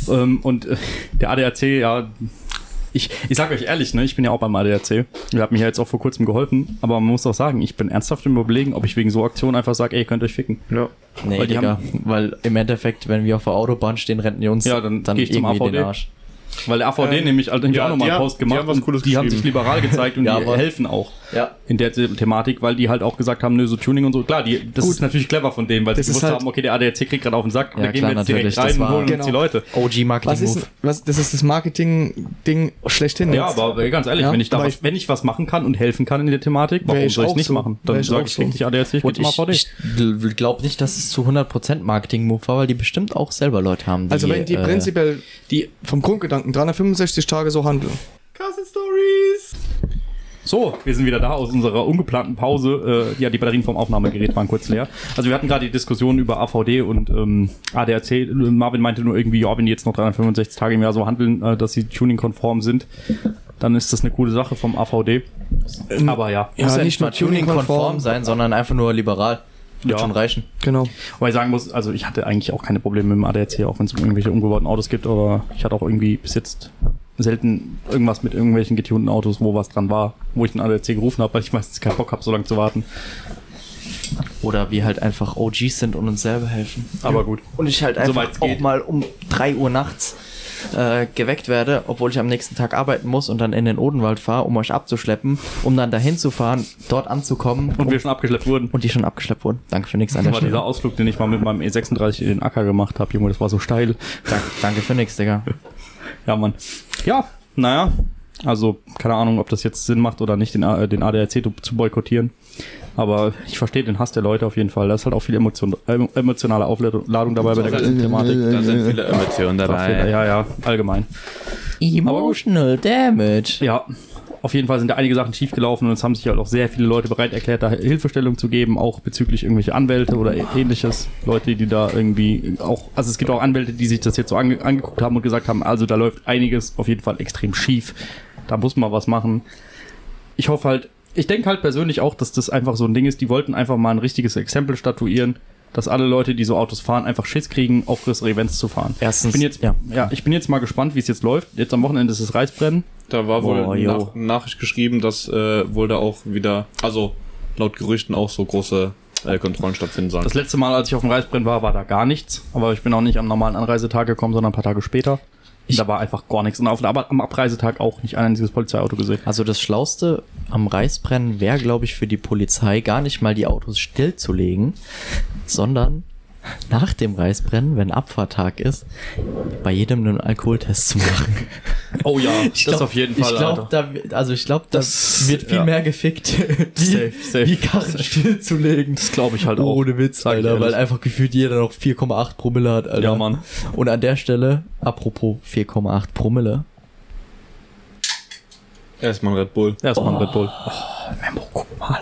Und der ADAC, ja, ich sag euch ehrlich, ne, ich bin ja auch beim ADAC. Ihr habt mir ja jetzt auch vor kurzem geholfen, aber man muss auch sagen, ich bin ernsthaft im Überlegen, ob ich wegen so Aktionen einfach sage, ey, könnt euch ficken. Ja. Nee, Weil die Digga, weil im Endeffekt, wenn wir auf der Autobahn stehen, rennen die uns Ja, dann geh ich zum irgendwie AVD. den Arsch. Weil der AVD nämlich auch ja, nochmal die einen Post haben- die gemacht haben was und Cooles die haben sich geschrieben. liberal gezeigt und Ja, die aber- helfen auch Ja. in der Thematik, weil die halt auch gesagt haben, nö, so Tuning und so. Klar, das ist natürlich clever von denen, weil sie Das ist gewusst halt- haben, okay, der ADAC kriegt gerade auf den Sack, Ja, da gehen klar, wir jetzt direkt natürlich, das rein und war- holen uns Genau. die Leute. OG-Marketing-Move. Das ist das Marketing-Ding schlechthin. Ja, jetzt. aber ganz ehrlich, Ja, wenn ich aber wenn ich was machen kann und helfen kann in der Thematik, warum Wär ich soll ich auch nicht so. machen? Wär Dann ich sage auch ich, so. krieg dich ADAC, ich geh Und zum AVD. ich glaube nicht, dass es zu 100% Marketing-Move war, weil die bestimmt auch selber Leute haben, die... Also wenn die prinzipiell vom Grundgedanken 365 Tage so handeln. Carson Stories. So, wir sind wieder da aus unserer ungeplanten Pause. Ja, die Batterien vom Aufnahmegerät waren kurz leer. Also wir hatten gerade die Diskussion über AVD und ADAC. Marvin meinte nur irgendwie, ja, wenn die jetzt noch 365 Tage im Jahr so handeln, dass sie tuning-konform sind, dann ist das eine coole Sache vom AVD. Aber ja. Ja, muss ja nicht nicht nur mal tuning-konform tuning-konform sein, sondern einfach nur liberal. Wird Ja. schon reichen. Genau. Wobei ich sagen muss, also ich hatte eigentlich auch keine Probleme mit dem ADAC, auch wenn es irgendwelche umgebauten Autos gibt, aber ich hatte auch irgendwie bis jetzt selten irgendwas mit irgendwelchen getunten Autos, wo was dran war, wo ich den ADAC gerufen habe, weil ich meistens keinen Bock habe, so lange zu warten. Oder wir halt einfach OGs sind und uns selber helfen. Aber gut. Und ich halt einfach Soweit's auch geht. mal um 3 Uhr nachts geweckt werde, obwohl ich am nächsten Tag arbeiten muss und dann in den Odenwald fahre, um euch abzuschleppen, um dann dahin zu fahren, dort anzukommen Und wir schon abgeschleppt wurden. und die schon abgeschleppt wurden. Danke für nichts an Das der war dieser Stelle. Ausflug, den ich mal mit meinem E36 in den Acker gemacht habe, Junge, das war so steil. Danke für nichts, Digga. Ja, Mann. Ja, naja, also keine Ahnung, ob das jetzt Sinn macht oder nicht, den ADAC zu boykottieren. Aber ich verstehe den Hass der Leute auf jeden Fall. Da ist halt auch viel emotionale Aufladung dabei bei der ganzen Thematik. Da sind viele Emotionen dabei. Ja, ja, allgemein. Emotional Damage. Ja, auf jeden Fall sind da einige Sachen schiefgelaufen und es haben sich halt auch sehr viele Leute bereit erklärt, da Hilfestellung zu geben, auch bezüglich irgendwelche Anwälte oder ähnliches. Leute, die da irgendwie auch, also es gibt auch Anwälte, die sich das jetzt so angeguckt haben und gesagt haben, also da läuft einiges auf jeden Fall extrem schief. Da muss man was machen. Ich hoffe halt, ich denke halt persönlich auch, dass das einfach so ein Ding ist, die wollten einfach mal ein richtiges Exempel statuieren, dass alle Leute, die so Autos fahren, einfach Schiss kriegen, auf größere Events zu fahren. Erstens, ich bin jetzt, ja. ich bin jetzt mal gespannt, wie es jetzt läuft. Jetzt am Wochenende ist das Reisbrennen. Da war wohl Oh, eine jo. Nachricht geschrieben, dass wohl da auch wieder, also laut Gerüchten auch so große Kontrollen stattfinden sollen. Das letzte Mal, als ich auf dem Reisbrennen war da gar nichts. Aber ich bin auch nicht am normalen Anreisetag gekommen, sondern ein paar Tage später. Da war einfach gar nichts. Und aber am Abreisetag auch nicht ein einziges Polizeiauto gesehen. Also das Schlauste am Reisbrennen wäre, glaube ich, für die Polizei gar nicht mal die Autos stillzulegen, sondern nach dem Reisbrennen, wenn Abfahrttag ist, bei jedem einen Alkoholtest zu machen. Oh ja, Ich glaube, das wird viel ja. mehr gefickt, Safe. die Karren stillzulegen. Das glaube ich halt auch. Ohne Witz, Sag ich Alter, weil ehrlich. einfach gefühlt jeder noch 4,8 Promille hat, Alter. Ja, Mann. Und an der Stelle, apropos 4,8 Promille, Erstmal ein Red Bull. Erstmal ein Red Bull. Memo, guck mal.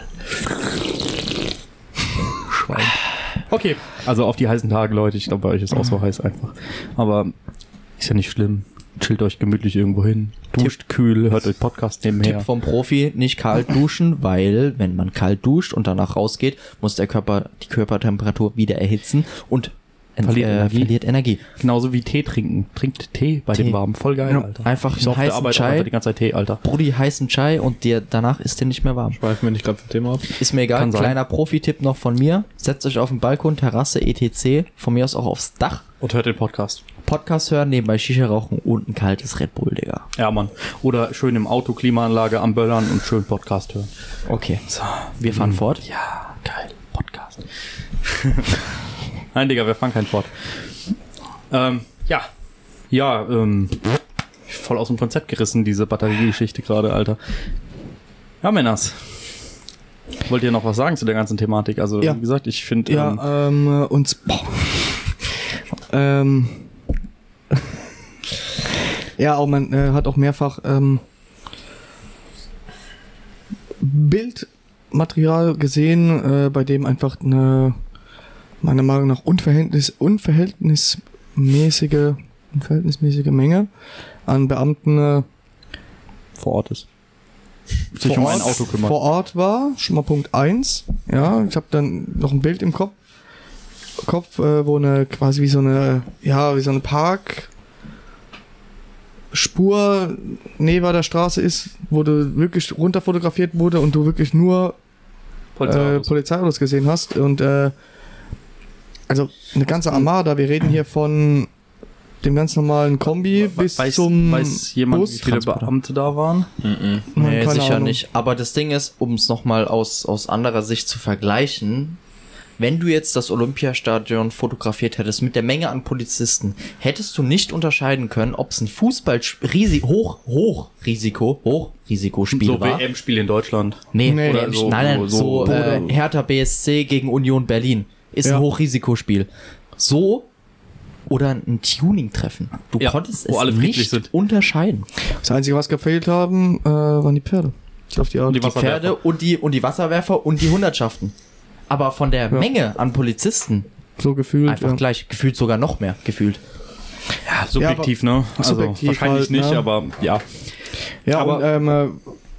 Schwein. Okay, also auf die heißen Tage, Leute. Ich glaube, bei euch ist auch so heiß einfach. Aber ist ja nicht schlimm. chillt euch gemütlich irgendwo hin, duscht kühl, hört euch Podcast nebenher. Tipp vom Profi, nicht kalt duschen, weil wenn man kalt duscht und danach rausgeht, muss der Körper die Körpertemperatur wieder erhitzen und verliert Energie. Genauso wie Tee trinken. Trinkt Tee bei dem Warmen. Voll geil, Alter. Einfach ich so einen heißen Chai. Die ganze Zeit Tee, Alter. Brudi, heißen Chai und danach ist der nicht mehr warm. Schweifen wir nicht gerade vom Thema ab. Ist mir egal. Kann sein. Kleiner Profi-Tipp noch von mir. Setzt euch auf den Balkon, Terrasse, etc. Von mir aus auch aufs Dach. Und hört den Podcast. Podcast hören, nebenbei Shisha rauchen und ein kaltes Red Bull, Digga. Ja, Mann. Oder schön im Auto, Klimaanlage am Böllern und schön Podcast hören. Okay. So, wir fahren fort. Ja, geil. Podcast. Nein, Digga, wir fahren keinen fort. Voll aus dem Konzept gerissen, diese Batteriegeschichte gerade, Alter. Ja, Männers. Wollt ihr noch was sagen zu der ganzen Thematik? Also, Ja. wie gesagt, ich finde... ja, auch man hat auch mehrfach Bildmaterial gesehen, bei dem einfach eine, meiner Meinung nach, unverhältnismäßige Menge an Beamten vor Ort ist. Sich um ein Auto kümmert. Vor Ort war, schon mal Punkt 1. Ja, ich habe dann noch ein Bild im Kopf, wo eine quasi wie so eine Parkspur neben der Straße ist, wo du wirklich runter fotografiert wurde und du wirklich nur Polizeiautos gesehen hast. Und also eine ganze Armada, wir reden hier von dem ganz normalen Kombi bis zum Weiß jemand, Bus. wie viele Beamte da waren? Nee, keine sicher Ahnung. nicht. Aber das Ding ist, um es nochmal aus anderer Sicht zu vergleichen, wenn du jetzt das Olympiastadion fotografiert hättest mit der Menge an Polizisten, hättest du nicht unterscheiden können, ob es ein Hochrisikospiel So war. WM-Spiel in Deutschland. Nee, Nee. oder Oder so, so- nein, so- Hertha BSC gegen Union Berlin ist Ja. ein Hochrisikospiel. So oder ein Tuning-Treffen. Du Ja, konntest wo es alle friedlich nicht sind. unterscheiden. Das Einzige, was gefehlt haben, waren die Pferde. Ich glaube, die Art. Die Die Pferde und die Wasserwerfer und die Hundertschaften. Aber von der Menge an Polizisten so gefühlt. einfach ja. gleich. Gefühlt sogar noch mehr. Gefühlt. Ja, subjektiv, ne? Also subjektiv wahrscheinlich halt, nicht, ne? aber ja. Ja, Aber- und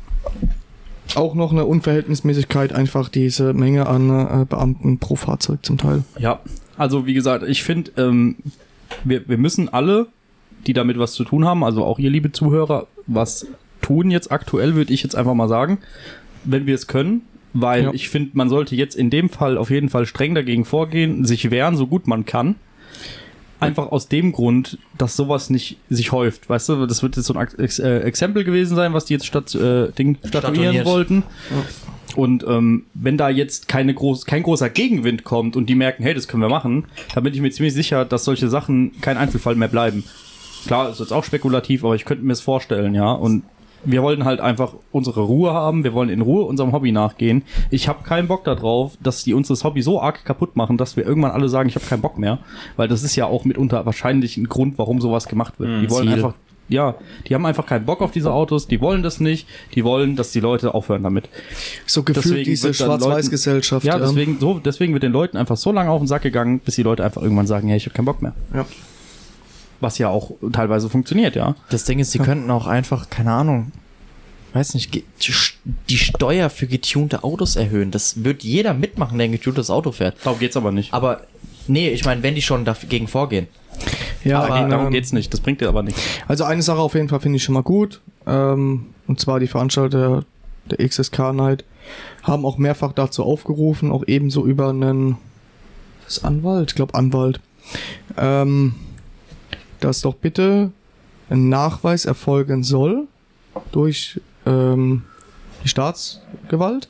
auch noch eine Unverhältnismäßigkeit, einfach diese Menge an Beamten pro Fahrzeug zum Teil. Ja, also wie gesagt, ich finde, wir müssen alle, die damit was zu tun haben, also auch ihr, liebe Zuhörer, was tun jetzt aktuell, würde ich jetzt einfach mal sagen, wenn wir es können, weil Ja. ich finde, man sollte jetzt in dem Fall auf jeden Fall streng dagegen vorgehen, sich wehren, so gut man kann. Einfach aus dem Grund, dass sowas nicht sich häuft. Weißt du, das wird jetzt so ein Exempel gewesen sein, was die jetzt statuieren Statuiert. wollten. Und wenn da jetzt kein großer Gegenwind kommt und die merken, hey, das können wir machen, dann bin ich mir ziemlich sicher, dass solche Sachen kein Einzelfall mehr bleiben. Klar, ist jetzt auch spekulativ, aber ich könnte mir es vorstellen, ja. Und wir wollen halt einfach unsere Ruhe haben, wir wollen in Ruhe unserem Hobby nachgehen. Ich habe keinen Bock darauf, dass die uns das Hobby so arg kaputt machen, dass wir irgendwann alle sagen, ich habe keinen Bock mehr. Weil das ist ja auch mitunter wahrscheinlich ein Grund, warum sowas gemacht wird. Die wollen Ziel. einfach, ja, die haben einfach keinen Bock auf diese Autos, die wollen das nicht, die wollen, dass die Leute aufhören damit. So gefühlt Deswegen diese wird dann Schwarz-Weiß-Gesellschaft. Ja, deswegen wird den Leuten einfach so lange auf den Sack gegangen, bis die Leute einfach irgendwann sagen, ja, ich habe keinen Bock mehr. Ja. Was ja auch teilweise funktioniert, ja. Das Ding ist, sie könnten auch einfach, keine Ahnung, weiß nicht, die Steuer für getunte Autos erhöhen. Das wird jeder mitmachen, der ein getuntes Auto fährt. Darum geht's aber nicht. Aber, nee, ich meine, wenn die schon dagegen vorgehen. Ja, Darum geht's nicht. Das bringt dir aber nichts. Also eine Sache auf jeden Fall finde ich schon mal gut. Und zwar die Veranstalter der XSK Night haben auch mehrfach dazu aufgerufen, auch ebenso über einen Anwalt, dass doch bitte ein Nachweis erfolgen soll durch die Staatsgewalt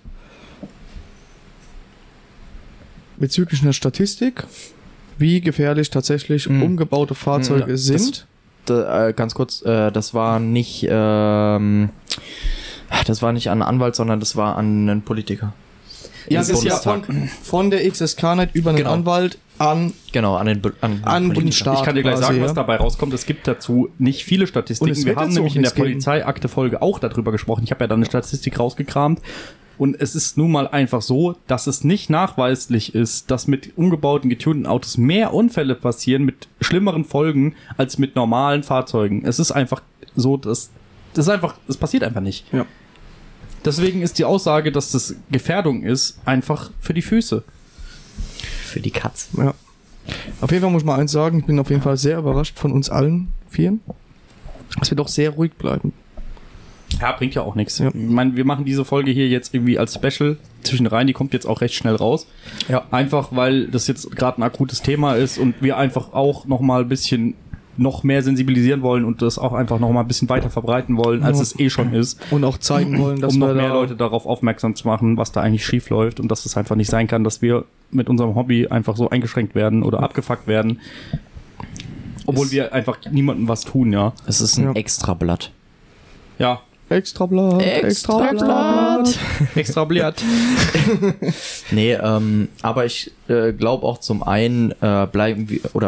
bezüglich einer Statistik, wie gefährlich tatsächlich umgebaute Fahrzeuge sind. Ganz kurz, das war nicht an einen Anwalt, sondern das war an einen Politiker. Ja, Im das ist ja Bundestag. von der XSK Night über einen Genau. Anwalt an Genau, an den Politiker. den Staat. Ich kann dir gleich quasi, sagen, ja. was dabei rauskommt. Es gibt dazu nicht viele Und Statistiken. es Wir wird haben dazu nämlich auch in der nichts geben. Polizeiakte-Folge auch darüber gesprochen. Ich habe ja dann eine Statistik rausgekramt. Und es ist nun mal einfach so, dass es nicht nachweislich ist, dass mit umgebauten, getunten Autos mehr Unfälle passieren mit schlimmeren Folgen als mit normalen Fahrzeugen. Es ist einfach so, es passiert einfach nicht. Ja. Deswegen ist die Aussage, dass das Gefährdung ist, einfach für die Füße. Für die Katz. Ja. Auf jeden Fall muss ich mal eins sagen, ich bin auf jeden Fall sehr überrascht von uns allen Vieren, dass wir doch sehr ruhig bleiben. Ja, bringt ja auch nichts. Ja. Ich meine, wir machen diese Folge hier jetzt irgendwie als Special zwischen rein, die kommt jetzt auch recht schnell raus. Ja. Einfach, weil das jetzt gerade ein akutes Thema ist und wir einfach auch noch mal ein bisschen noch mehr sensibilisieren wollen und das auch einfach noch mal ein bisschen weiter verbreiten wollen, als es schon ist. Und auch zeigen wollen, dass um noch wir mehr da Leute darauf aufmerksam zu machen, was da eigentlich schief läuft und dass es einfach nicht sein kann, dass wir mit unserem Hobby einfach so eingeschränkt werden oder abgefuckt werden, obwohl wir einfach niemandem was tun, ja. Es ist ein Ja. Extrablatt. Ja, Extrablatt. extra Blatt. Nee, aber ich glaube auch zum einen bleiben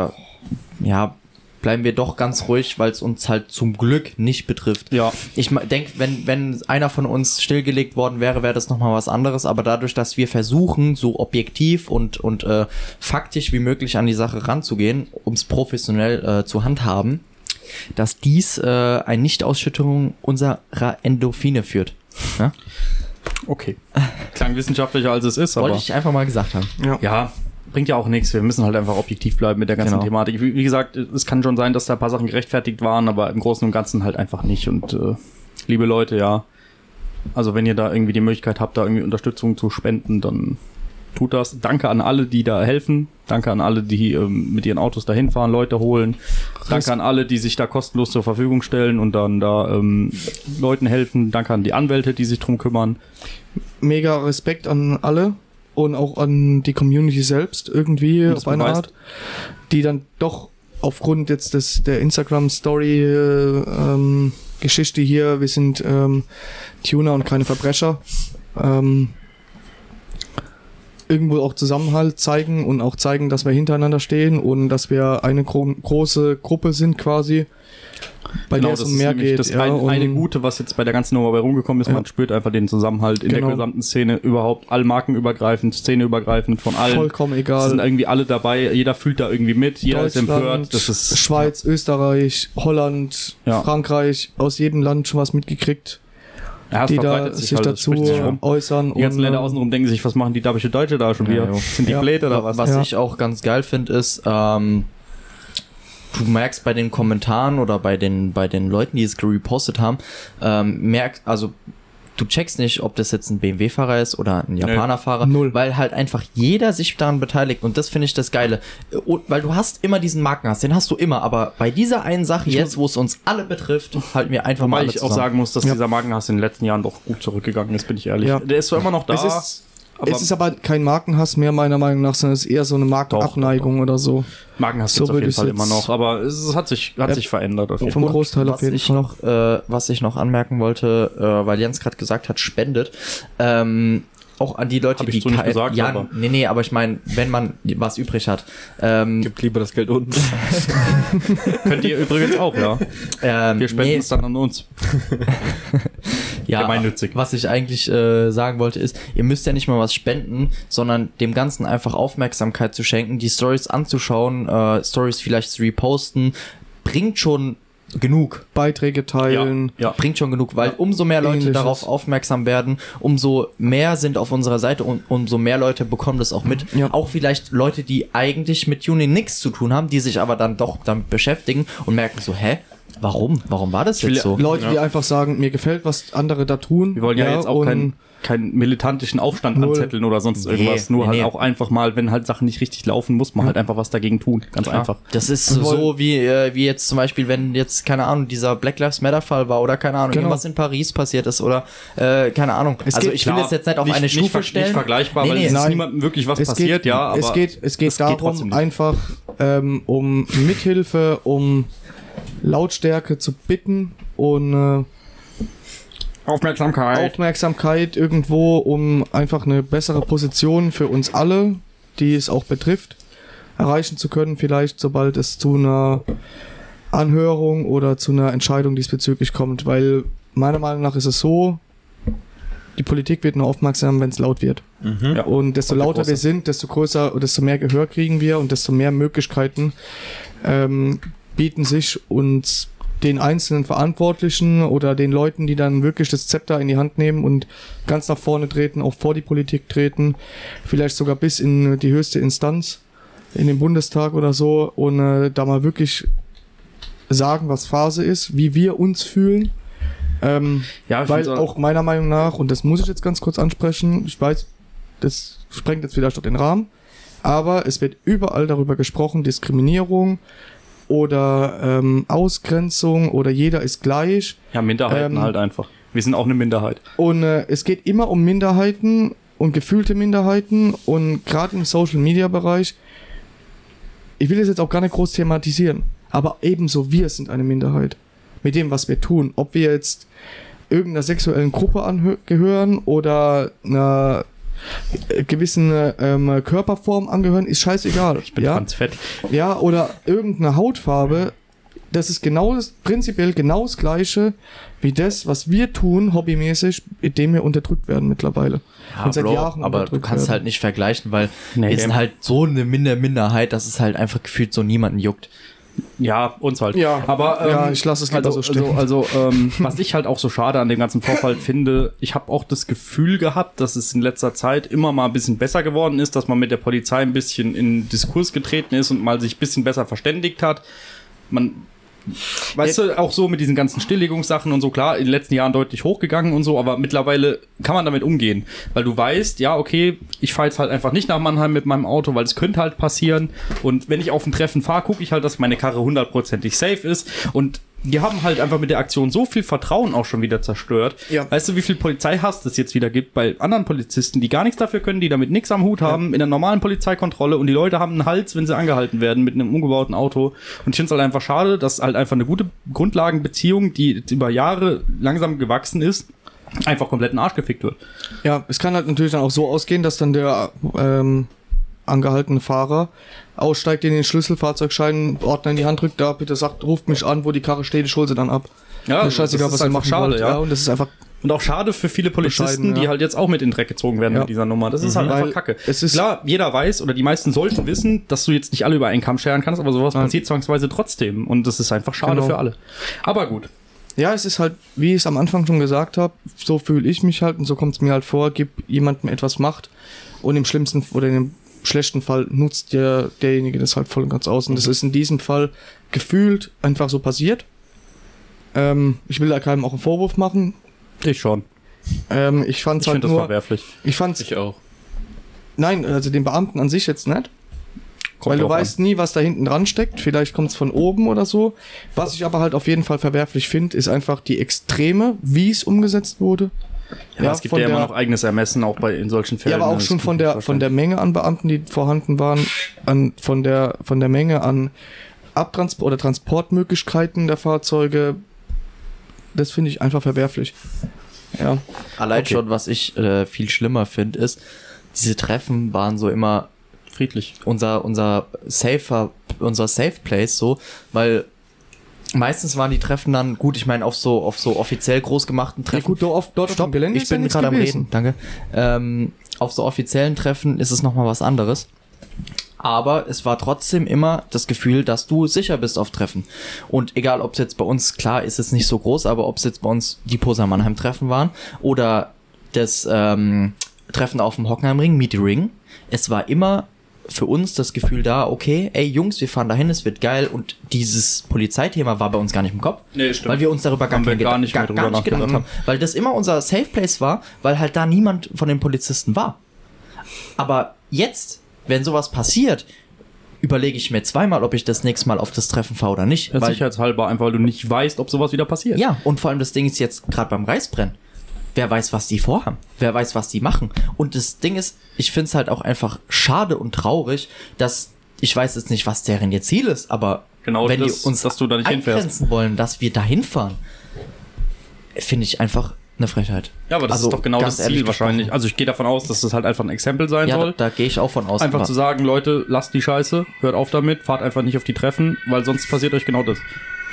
wir doch ganz ruhig, weil es uns halt zum Glück nicht betrifft. Ja. Ich denke, wenn einer von uns stillgelegt worden wäre, wäre das nochmal was anderes, aber dadurch, dass wir versuchen, so objektiv und faktisch wie möglich an die Sache ranzugehen, um es professionell zu handhaben, dass dies eine Nichtausschüttung unserer Endorphine führt. Ja? Okay. Klang wissenschaftlicher als es ist, aber Wollte ich einfach mal gesagt haben. ja, bringt ja auch nichts. Wir müssen halt einfach objektiv bleiben mit der ganzen Genau. Thematik. Wie gesagt, es kann schon sein, dass da ein paar Sachen gerechtfertigt waren, aber im Großen und Ganzen halt einfach nicht. Und liebe Leute, ja, also wenn ihr da irgendwie die Möglichkeit habt, da irgendwie Unterstützung zu spenden, dann tut das. Danke an alle, die da helfen. Danke an alle, die mit ihren Autos dahin fahren, Leute holen. Danke an alle, die sich da kostenlos zur Verfügung stellen und dann da Leuten helfen. Danke an die Anwälte, die sich drum kümmern. Mega Respekt an alle und auch an die Community selbst irgendwie Und das auf eine beweist- Art, die dann doch aufgrund jetzt der Instagram-Story Geschichte hier, wir sind Tuner und keine Verbrecher, irgendwo auch Zusammenhalt zeigen und auch zeigen, dass wir hintereinander stehen und dass wir eine große Gruppe sind quasi, bei der es das um ist mehr nämlich geht. das ja, eine und- Gute, was jetzt bei der ganzen Nummer bei rumgekommen ist. Ja. Man spürt einfach den Zusammenhalt in der Genau. gesamten Szene überhaupt, all markenübergreifend, szeneübergreifend von allen. Vollkommen Es egal. sind irgendwie alle dabei, jeder fühlt da irgendwie mit, jeder ist empört. Das ist Schweiz, Österreich, Holland, Ja. Frankreich, aus jedem Land schon was mitgekriegt, ja, es die da verbreitet sich halt, es dazu spricht sich rum. äußern. Die ganzen Länder und, außenrum denken sich, was machen die dabische Deutsche da schon wieder? jo. Sind die Ja. blöd oder was? Was Ja. ich auch ganz geil finde, ist, du merkst bei den Kommentaren oder bei den Leuten, die es gepostet haben, du checkst nicht, ob das jetzt ein BMW-Fahrer ist oder ein Japaner-Fahrer, Null. weil halt einfach jeder sich daran beteiligt und das finde ich das Geile. Und, weil du hast immer diesen Markenhass, den hast du immer, aber bei dieser einen Sache jetzt, wo es uns alle betrifft, halten wir einfach mal Wobei alle ich auch zusammen. sagen muss, dass Ja. dieser Markenhass in den letzten Jahren doch gut zurückgegangen ist, bin ich ehrlich. Ja. Der ist zwar immer noch da, es ist aber kein Markenhass mehr, meiner Meinung nach, sondern es ist eher so eine Markenabneigung oder so. Markenhass So gibt's auf würde jeden ich's Fall jetzt- immer noch, aber es hat sich verändert auf jeden Vom Fall. Großteil auf jeden Fall. Was ich noch anmerken wollte, weil Jens gerade gesagt hat, spendet, auch an die Leute, Hab ich die so nicht gesagt, ja, aber- nee, aber ich meine, wenn man was übrig hat, Gibt lieber das Geld unten. Könnt ihr übrigens auch, ja. Wir spenden es dann an uns. ja, gemeinnützig. was ich eigentlich sagen wollte ist, ihr müsst ja nicht mal was spenden, sondern dem Ganzen einfach Aufmerksamkeit zu schenken, die Stories anzuschauen, Stories vielleicht zu reposten, bringt schon genug. Beiträge teilen. Ja. Bringt schon genug, weil umso mehr Leute Ähnliches. darauf aufmerksam werden, umso mehr sind auf unserer Seite und umso mehr Leute bekommen das auch mit. Ja. Auch vielleicht Leute, die eigentlich mit Tuning nichts zu tun haben, die sich aber dann doch damit beschäftigen und merken so, warum? Warum war das jetzt so? Leute, die einfach sagen, mir gefällt, was andere da tun. Wir wollen ja jetzt auch und keinen militantischen Aufstand Null. anzetteln oder sonst irgendwas. Nee, Nur halt nee. auch einfach mal, wenn halt Sachen nicht richtig laufen, muss man halt einfach was dagegen tun. Ganz einfach. Das ist Und so wie jetzt zum Beispiel, wenn jetzt, keine Ahnung, dieser Black Lives Matter Fall war oder keine Ahnung, Genau. irgendwas in Paris passiert ist oder keine Ahnung. Es Also geht- ich will Klar, das jetzt nicht auf eine Stufe stellen. Nicht vergleichbar, Nee, weil nee. es ist Nein. niemandem wirklich was es passiert, geht, ja. Aber es geht es geht darum, trotzdem nicht. einfach um Mithilfe, um Lautstärke zu bitten und Aufmerksamkeit irgendwo, um einfach eine bessere Position für uns alle, die es auch betrifft, erreichen zu können, vielleicht sobald es zu einer Anhörung oder zu einer Entscheidung diesbezüglich kommt, weil meiner Meinung nach ist es so, die Politik wird nur aufmerksam, wenn es laut wird. Ja. Und desto lauter wir sind, desto größer, desto mehr Gehör kriegen wir und desto mehr Möglichkeiten bieten sich uns den einzelnen Verantwortlichen oder den Leuten, die dann wirklich das Zepter in die Hand nehmen und ganz nach vorne treten, auch vor die Politik treten, vielleicht sogar bis in die höchste Instanz, in den Bundestag oder so, und da mal wirklich sagen, was Phase ist, wie wir uns fühlen. Ja, weil auch meiner Meinung nach, und das muss ich jetzt ganz kurz ansprechen, ich weiß, das sprengt jetzt vielleicht auch den Rahmen, aber es wird überall darüber gesprochen, Diskriminierung oder Ausgrenzung oder jeder ist gleich. Ja, Minderheiten halt einfach. Wir sind auch eine Minderheit. Und es geht immer um Minderheiten und gefühlte Minderheiten und gerade im Social-Media-Bereich, ich will das jetzt auch gar nicht groß thematisieren, aber ebenso wir sind eine Minderheit. Mit dem, was wir tun. Ob wir jetzt irgendeiner sexuellen Gruppe angehören oder einer gewissen Körperform angehören, ist scheißegal. Ich bin ganz fett. Ja, oder irgendeine Hautfarbe, das ist prinzipiell genau das Gleiche wie das, was wir tun, hobbymäßig, mit dem wir unterdrückt werden mittlerweile. Ja, und seit Bro, Jahren aber du kannst halt nicht vergleichen, weil wir sind halt so eine Minderheit, dass es halt einfach gefühlt so niemanden juckt. Ja, uns halt. Ja, aber ich lasse es lieber so stehen. Was ich halt auch so schade an dem ganzen Vorfall finde, ich habe auch das Gefühl gehabt, dass es in letzter Zeit immer mal ein bisschen besser geworden ist, dass man mit der Polizei ein bisschen in Diskurs getreten ist und mal sich ein bisschen besser verständigt hat. Weißt du, auch so mit diesen ganzen Stilllegungssachen und so, klar, in den letzten Jahren deutlich hochgegangen und so, aber mittlerweile kann man damit umgehen, weil du weißt, ja, okay, ich fahre jetzt halt einfach nicht nach Mannheim mit meinem Auto, weil es könnte halt passieren, und wenn ich auf ein Treffen fahre, gucke ich halt, dass meine Karre 100%ig safe ist, und die haben halt einfach mit der Aktion so viel Vertrauen auch schon wieder zerstört. Ja. Weißt du, wie viel Polizeihass es jetzt wieder gibt bei anderen Polizisten, die gar nichts dafür können, die damit nichts am Hut haben, in der normalen Polizeikontrolle, und die Leute haben einen Hals, wenn sie angehalten werden mit einem umgebauten Auto. Und ich finde es halt einfach schade, dass halt einfach eine gute Grundlagenbeziehung, die über Jahre langsam gewachsen ist, einfach komplett in den Arsch gefickt wird. Ja, es kann halt natürlich dann auch so ausgehen, dass dann der angehaltene Fahrer aussteigt, in den Schlüssel, Fahrzeugschein, Ordner in die Hand drückt, da bitte sagt, ruft mich an, wo die Karre steht, ich hole sie dann ab. Ja, das ist was ihr machen wollt. Ja. Und das ist einfach und auch schade für viele Polizisten, die halt jetzt auch mit in den Dreck gezogen werden mit dieser Nummer. Das ist halt einfach Kacke. Es ist klar, jeder weiß, oder die meisten sollten wissen, dass du jetzt nicht alle über einen Kamm scheren kannst, aber sowas passiert zwangsweise trotzdem. Und das ist einfach schade für alle. Aber gut. Ja, es ist halt, wie ich es am Anfang schon gesagt habe, so fühle ich mich halt und so kommt es mir halt vor, gib jemandem etwas Macht und im schlimmsten oder in dem schlechten Fall nutzt derjenige das halt voll und ganz aus. Und das ist in diesem Fall gefühlt einfach so passiert. Ich will da keinem auch einen Vorwurf machen. Ich schon. Ich fand's halt finde das verwerflich. Ich auch. Nein, also den Beamten an sich jetzt nicht. Weil du weißt nie, was da hinten dran steckt. Vielleicht kommt's von oben oder so. Was ich aber halt auf jeden Fall verwerflich finde, ist einfach die Extreme, wie es umgesetzt wurde. Ja, es gibt ja immer noch eigenes Ermessen, auch in solchen Fällen. Ja, aber auch schon von der Menge an Beamten, die vorhanden waren, von der Menge an Abtransport oder Transportmöglichkeiten der Fahrzeuge. Das finde ich einfach verwerflich. Ja. Allein schon, was ich viel schlimmer finde, ist, diese Treffen waren so immer friedlich. Unser Safe Place so, weil meistens waren die Treffen dann, gut, ich meine auf so offiziell groß gemachten Treffen. Ja, gut, dort auf dem Gelände ich bin gerade am Reden, danke. Auf so offiziellen Treffen ist es nochmal was anderes. Aber es war trotzdem immer das Gefühl, dass du sicher bist auf Treffen. Und egal, ob es jetzt bei uns, klar ist es nicht so groß, aber ob es jetzt bei uns die Poser Mannheim Treffen waren oder das Treffen auf dem Hockenheimring, Meet the Ring, es war immer für uns das Gefühl da, okay, ey Jungs, wir fahren dahin, es wird geil, und dieses Polizeithema war bei uns gar nicht im Kopf, stimmt. Weil wir uns darüber gar nicht gedacht haben, weil das immer unser Safe Place war, weil halt da niemand von den Polizisten war. Aber jetzt, wenn sowas passiert, überlege ich mir zweimal, ob ich das nächste Mal auf das Treffen fahre oder nicht. Weil sicherheitshalber einfach, weil du nicht weißt, ob sowas wieder passiert. Ja, und vor allem das Ding ist jetzt gerade beim Reisbrennen. Wer weiß, was die vorhaben? Wer weiß, was die machen? Und das Ding ist, ich finde es halt auch einfach schade und traurig, dass, ich weiß jetzt nicht, was deren ihr Ziel ist, aber genau wenn das, die uns dass du da nicht eingrenzen wollen, dass wir da hinfahren, finde ich einfach eine Frechheit. Ja, aber das ist doch genau das Ziel wahrscheinlich. Also ich gehe davon aus, dass das halt einfach ein Exempel sein soll. Da gehe ich auch von aus. Einfach zu sagen, Leute, lasst die Scheiße, hört auf damit, fahrt einfach nicht auf die Treffen, weil sonst passiert euch genau das.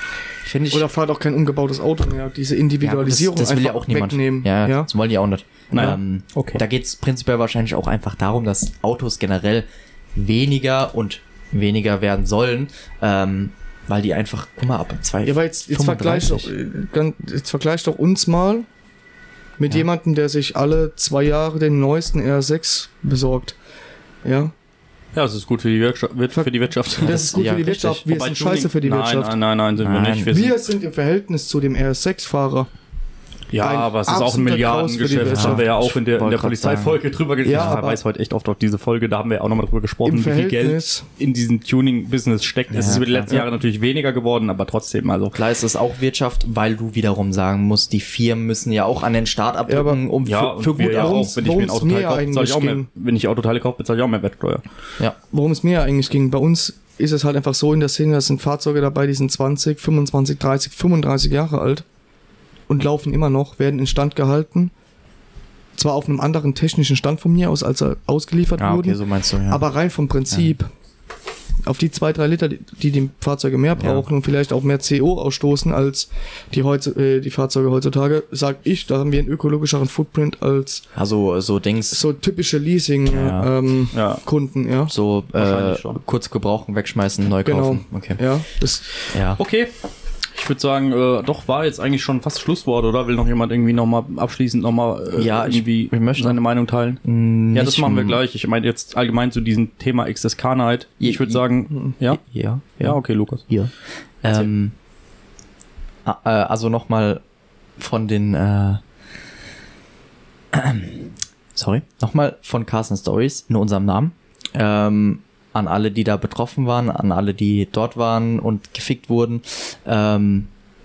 finde ich. Oder fahrt auch kein umgebautes Auto mehr. Diese Individualisierung das will einfach ja auch niemand. wegnehmen. Ja, Ja? das wollen die auch nicht. Naja, okay. Da geht es prinzipiell wahrscheinlich auch einfach darum, dass Autos generell weniger und weniger werden sollen, weil die einfach, guck mal, ab 2. Ja, aber jetzt vergleich doch uns mal mit jemandem, der sich alle 2 Jahre den neuesten R6 besorgt. Ja. Ja, das ist gut für die Wirtschaft. Das ist gut ja, für die Wirtschaft. Wir Wobei sind scheiße für die Wirtschaft. Nein, sind wir Nein. nicht. Wir sind im Verhältnis zu dem RS6-Fahrer. Ja, ein aber es ist auch ein absoluter Graus für die Milliardengeschäft. Das Wirtschaft. haben wir ja auch in der Wollte Polizeifolge drüber gesprochen. Ja, Ich aber verweise heute echt oft auf diese Folge, da haben wir auch nochmal drüber gesprochen, Im wie viel Geld Verhältnis in diesem Tuning-Business steckt. Es ist über die klar. letzten Jahre natürlich weniger geworden, aber trotzdem, also. Klar ist es auch Wirtschaft, weil du wiederum sagen musst, die Firmen müssen ja auch an den Start abdrücken, um Ja, für und wir gut ja aus. auch, wenn ich mir ein worum es Autoteil mir kaufe, bezahle ich auch mehr. eigentlich Wenn ich Autoteile kaufe, bezahle ich auch mehr Wertsteuer. Ja. Worum es mir eigentlich ging, bei uns ist es halt einfach so in der Szene, da sind Fahrzeuge dabei, die sind 20, 25, 30, 35 Jahre alt und laufen immer noch, werden instand gehalten. Zwar auf einem anderen technischen Stand von mir aus, als er ausgeliefert Ah, okay, wurden, so meinst du, ja. aber rein vom Prinzip auf die 2-3 Liter, die Fahrzeuge mehr brauchen und vielleicht auch mehr CO ausstoßen als die Fahrzeuge heutzutage, sag ich, da haben wir einen ökologischeren Footprint als Also so Dings, so typische Ja. Leasing-Kunden, ja. so Wahrscheinlich schon. kurz gebrauchen, wegschmeißen, neu Genau. kaufen. Okay. Ja, das Ja. Okay. Ich würde sagen, doch, war jetzt eigentlich schon fast Schlusswort, oder? Will noch jemand irgendwie nochmal abschließend nochmal Ja, irgendwie wir möchten- seine Meinung teilen? Ja, das machen wir gleich. Ich meine jetzt allgemein zu diesem Thema XSK Night. Ich würde sagen, ja? Ja. Ja, okay, Lukas. Hier. Also nochmal von den nochmal von Carson Stories in unserem Namen. An alle, die da betroffen waren, an alle, die dort waren und gefickt wurden. Ihr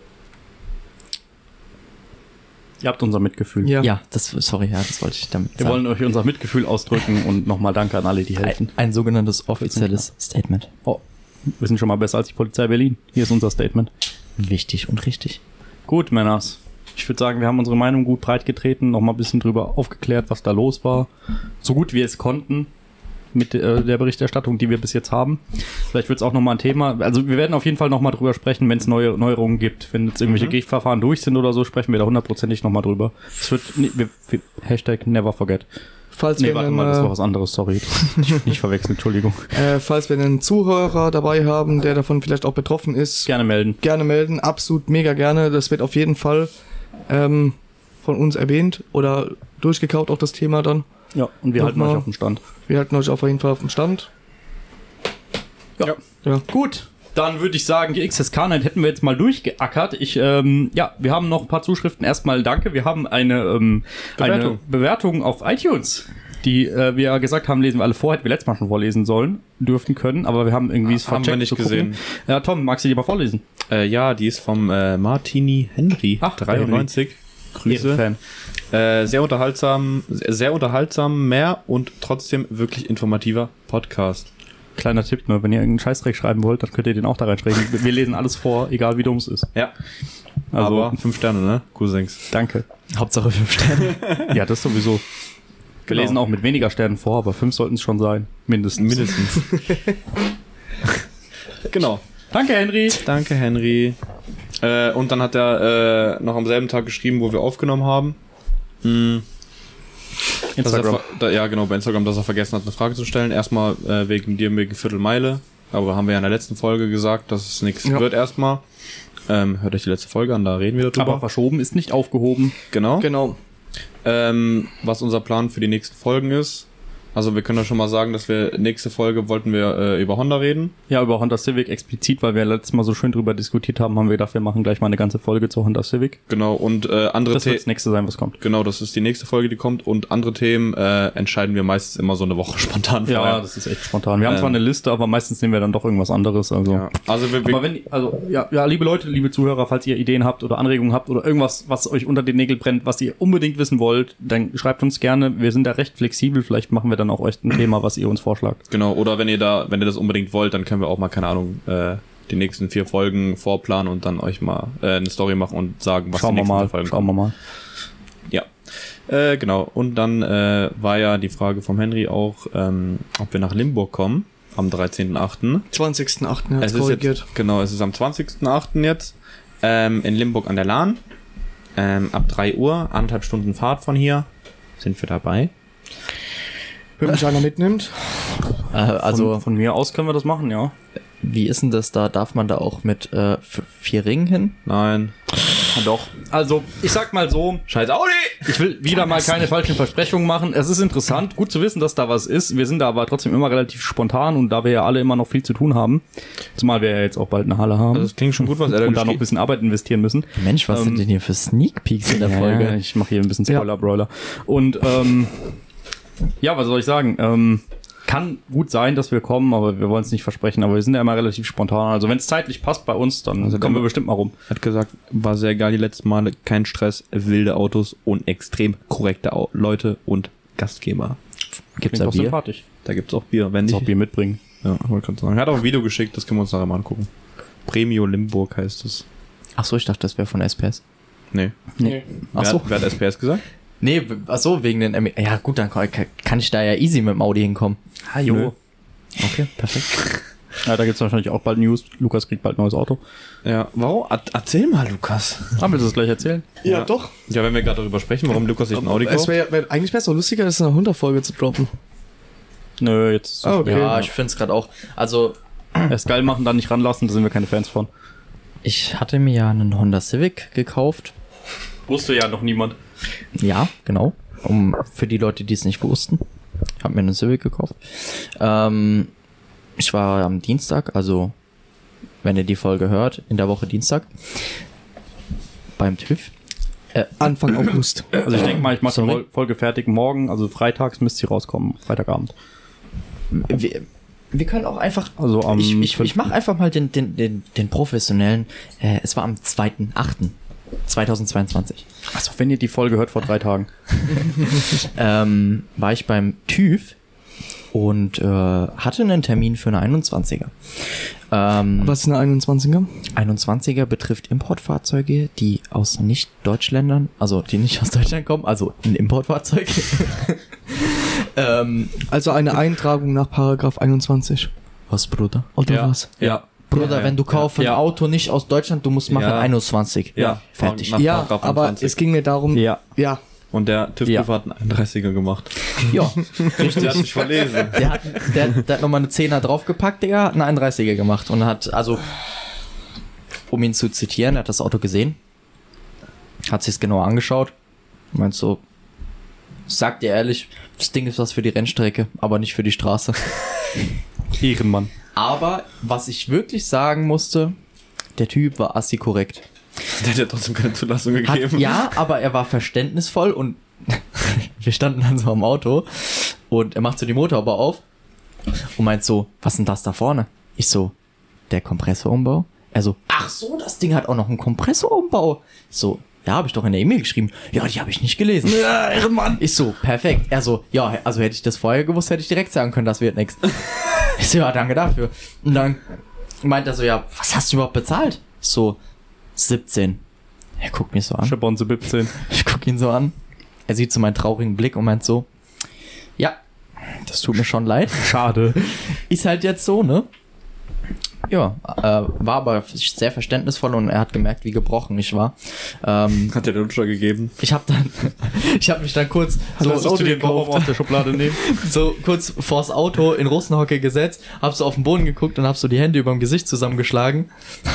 habt unser Mitgefühl. Ja. Das wollte ich damit Wir wollen euch unser Mitgefühl ausdrücken und nochmal Danke an alle, die helfen. ein sogenanntes offizielles Statement. Oh, wir sind schon mal besser als die Polizei Berlin. Hier ist unser Statement. Wichtig und richtig. Gut, Männers. Ich würde sagen, wir haben unsere Meinung gut breit getreten, nochmal ein bisschen drüber aufgeklärt, was da los war. So gut wir es konnten mit der Berichterstattung, die wir bis jetzt haben. Vielleicht wird es auch nochmal ein Thema. Also wir werden auf jeden Fall nochmal drüber sprechen, wenn es Neuerungen gibt. Wenn jetzt irgendwelche Gerichtsverfahren durch sind oder so, sprechen wir da hundertprozentig nochmal drüber. Es wird Hashtag never forget. falls Nee, wir warte einen, mal, das war was anderes, sorry. Nicht verwechseln, Entschuldigung. falls wir einen Zuhörer dabei haben, der davon vielleicht auch betroffen ist, Gerne melden. gerne melden, absolut mega gerne. Das wird auf jeden Fall von uns erwähnt oder durchgekaut auch das Thema dann. Ja, und wir halten Nochmal. euch auf dem Stand. Wir halten euch auf jeden Fall auf dem Stand. Ja. Ja. Gut, dann würde ich sagen, die XSK Night hätten wir jetzt mal durchgeackert. Wir haben noch ein paar Zuschriften. Erstmal danke. Wir haben eine Bewertung auf iTunes, die wir ja gesagt haben, lesen wir alle vor. Hätten wir letztes Mal schon vorlesen sollen, dürfen können, aber wir haben irgendwie es Haben wir vercheckt nicht zu gucken. gesehen. Ja, Tom, magst du die mal vorlesen? Ja, die ist vom Martini Henry, Ach, 93. Grüße. Ehrenfan. Sehr unterhaltsam, mehr und trotzdem wirklich informativer Podcast. Kleiner Tipp, ne? Wenn ihr irgendeinen Scheißdreck schreiben wollt, dann könnt ihr den auch da reinschreiben. Wir lesen alles vor, egal wie dumm es ist. Ja. Also, Aber 5 Sterne, ne? Cousins. danke. Hauptsache 5 Sterne. Ja, das sowieso. Wir Genau. lesen auch mit weniger Sternen vor, aber 5 sollten es schon sein. Mindestens. Genau. Danke, Henry. Danke, Henry. Und dann hat er noch am selben Tag geschrieben, wo wir aufgenommen haben. Instagram. Ja, genau, bei Instagram, dass er vergessen hat, eine Frage zu stellen. Erstmal wegen Viertelmeile. Aber haben wir ja in der letzten Folge gesagt, dass es nichts wird erstmal. Hört euch die letzte Folge an, da reden wir darüber. Aber verschoben ist nicht aufgehoben. Genau. Genau. Was unser Plan für die nächsten Folgen ist. Also wir können ja schon mal sagen, dass wir nächste Folge wollten wir über Honda reden. Ja, über Honda Civic explizit, weil wir letztes Mal so schön drüber diskutiert haben, haben wir gedacht, wir machen gleich mal eine ganze Folge zur Honda Civic. Genau, und andere Das wird Themen. das nächste sein, was kommt. Genau, das ist die nächste Folge, die kommt. Und andere Themen entscheiden wir meistens immer so eine Woche spontan Ja, vorher. das ist echt spontan. Wir haben zwar eine Liste, aber meistens nehmen wir dann doch irgendwas anderes. Also. Ja. Also wir Aber ja, liebe Leute, liebe Zuhörer, falls ihr Ideen habt oder Anregungen habt oder irgendwas, was euch unter den Nägeln brennt, was ihr unbedingt wissen wollt, dann schreibt uns gerne. Wir sind da recht flexibel. Vielleicht machen wir dann auch euch ein Thema, was ihr uns vorschlagt. Genau, oder wenn ihr das unbedingt wollt, dann können wir auch mal, keine Ahnung, die nächsten 4 Folgen vorplanen und dann euch mal eine Story machen und sagen, was die nächsten 4 Folgen Schauen wir mal. Ja. Genau. Und dann war ja die Frage vom Henry auch, ob wir nach Limburg kommen am 13.8. 20.8. hat Es es ist korrigiert. jetzt, genau, es ist am 20.8. jetzt. in Limburg an der Lahn. Ab 3 Uhr, 1,5 Stunden Fahrt von hier. Sind wir dabei? Wenn mich einer mitnimmt. Also, von mir aus können wir das machen, ja. wie ist denn das da? Darf man da auch mit 4 Ringen hin? Nein. Ja, doch. Also, ich sag mal so, Scheiß Audi! ich will wieder mal keine falschen Versprechungen machen. Es ist interessant, gut zu wissen, dass da was ist. Wir sind da aber trotzdem immer relativ spontan und da wir ja alle immer noch viel zu tun haben, zumal wir ja jetzt auch bald eine Halle haben. Also das klingt schon gut, was er da und da noch ein geschrieben bisschen Arbeit investieren müssen. Mensch, was sind denn hier für Sneak Peeks in der Folge? Ja, ich mache hier ein bisschen Spoiler-Broiler. Und ja, was soll ich sagen? Kann gut sein, dass wir kommen, aber wir wollen es nicht versprechen. Aber wir sind ja immer relativ spontan. Also wenn es zeitlich passt bei uns, dann Also kommen wir bestimmt mal rum. Hat gesagt, war sehr geil die letzten Male. Kein Stress, wilde Autos und extrem korrekte Leute und Gastgeber. Gibt's Klingt da auch Bier? sympathisch. Da gibt's auch Bier, wenn Kannst nicht. auch Bier mitbringen. Ja, wollte gerade sagen. Er hat auch ein Video geschickt, das können wir uns nachher mal angucken. Premio Limburg heißt es. Ach so, ich dachte, das wäre von SPS. Nee. Ach so. Wer hat SPS gesagt? Nee, ach so, wegen den... Ja gut, dann kann ich da ja easy mit dem Audi hinkommen. Ah, jo. Nö. Okay, perfekt. Ja, da gibt's wahrscheinlich auch bald News. Lukas kriegt bald ein neues Auto. Ja, warum? Erzähl mal, Lukas. Ah, willst du das gleich erzählen? Ja, doch. Ja, wenn wir gerade darüber sprechen, warum Lukas sich ein Audi kauft. Eigentlich wäre es doch lustiger, das in einer 100-Folge zu droppen. Nö, jetzt ist Ah, okay. Ja, ich find's gerade auch... Also, erst geil machen, dann nicht ranlassen, da sind wir keine Fans von. ich hatte mir ja einen Honda Civic gekauft. Wusste ja noch niemand. Ja, genau. Für die Leute, die es nicht wussten. Ich habe mir einen Civic gekauft. Ich war am Dienstag, also wenn ihr die Folge hört, in der Woche Dienstag, beim TÜV. Anfang August. Also ich denke mal, ich mache die Sorry? Folge fertig morgen, also freitags müsste sie rauskommen, Freitagabend. Wir können auch einfach... Also am ich mache einfach mal den professionellen. Es war am 2.8.2022. Also wenn ihr die Folge hört vor 3 Tagen. War ich beim TÜV und hatte einen Termin für eine 21er. Was ist eine 21er? 21er betrifft Importfahrzeuge, die aus Nicht-Deutschländern, also die nicht aus Deutschland kommen, also ein Importfahrzeug. Also eine Eintragung nach Paragraph 21. Was, Bruder? Oder was? Ja. Bruder, wenn du kaufst ein Auto nicht aus Deutschland, du musst machen Ja. 21. Ja. Fertig. Nach Ja, Paragraph aber 21. es ging mir darum, Ja. ja. Und der TÜV-Prüfer hat einen 31er gemacht. Ja, Der hat sich verlesen. der hat nochmal eine 10er draufgepackt, Digga, hat eine 31er gemacht und hat, also, um ihn zu zitieren, er hat das Auto gesehen, hat sich's genauer angeschaut, meint so, sag dir ehrlich, das Ding ist was für die Rennstrecke, aber nicht für die Straße. Ehrenmann. Aber, was ich wirklich sagen musste, der Typ war assi korrekt. Der hat ja trotzdem keine Zulassung gegeben. Ja, aber er war verständnisvoll und wir standen dann so am Auto und er macht so die Motorhaube auf und meint so, was ist denn das da vorne? Ich so, der Kompressorumbau? Er so, ach so, das Ding hat auch noch einen Kompressorumbau. Ich so, ja, habe ich doch in der E-Mail geschrieben. Ja, die habe ich nicht gelesen. Ja, Mann. Ich so, perfekt. Er so, ja, also hätte ich das vorher gewusst, hätte ich direkt sagen können, das wird nix. Ich so, ja, danke dafür. Und dann meint er so, ja, was hast du überhaupt bezahlt? Ich so, 17. Er guckt mich so an. Schabonze 17. Ich guck ihn so an. Er sieht so meinen traurigen Blick und meint so, ja, das tut mir schon leid. Schade. Ist halt jetzt so, ne? Ja, war aber sehr verständnisvoll und er hat gemerkt, wie gebrochen ich war. Hat der Lutscher gegeben. Ich habe mich dann kurz Solltest du den Bauch aus der Schublade nehmen? so kurz vors Auto in Russenhocke gesetzt, hab so auf den Boden geguckt und hab so die Hände überm Gesicht zusammengeschlagen.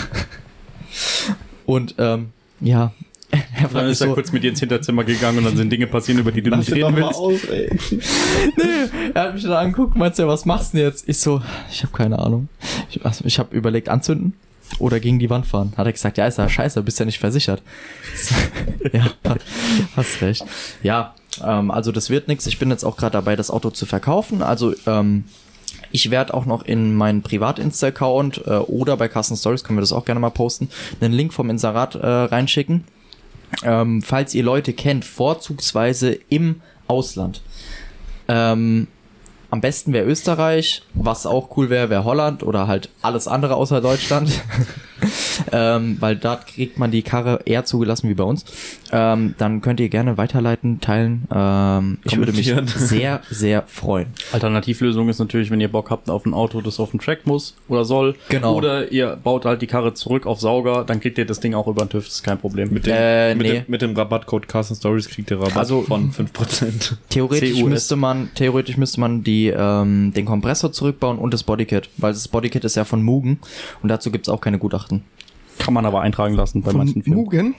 Und ja, er Dann fragt mich ist er so, kurz mit dir ins Hinterzimmer gegangen und dann sind Dinge passieren, über die du nicht reden willst. er hat mich dann angeguckt, meint so, was machst du denn jetzt? Ich so, ich habe keine Ahnung. Ich habe überlegt, anzünden oder gegen die Wand fahren. Hat er gesagt, ja, ist ja scheiße, bist ja nicht versichert. Ja, hast recht. Ja, also das wird nichts. Ich bin jetzt auch gerade dabei, das Auto zu verkaufen. Also ich werde auch noch in meinen Privat-Insta-Account oder bei Carsten Stories, können wir das auch gerne mal posten, einen Link vom Inserat reinschicken. Falls ihr Leute kennt, vorzugsweise im Ausland. Am besten wäre Österreich, was auch cool wäre Holland oder halt alles andere außer Deutschland. weil da kriegt man die Karre eher zugelassen wie bei uns. Dann könnt ihr gerne weiterleiten, teilen. Ich würde mich sehr, sehr freuen. Alternativlösung ist natürlich, wenn ihr Bock habt auf ein Auto, das auf den Track muss oder soll. Genau. Oder ihr baut halt die Karre zurück auf Sauger, dann kriegt ihr das Ding auch über den TÜV, das ist kein Problem. Mit dem Rabattcode Carsten Stories kriegt ihr Rabatt von 5%. Theoretisch müsste man die den Kompressor zurückbauen und das Bodykit, weil das Bodykit ist ja von Mugen und dazu gibt's auch keine Gutachten. Kann man aber eintragen lassen bei manchen Firmen. Mugen?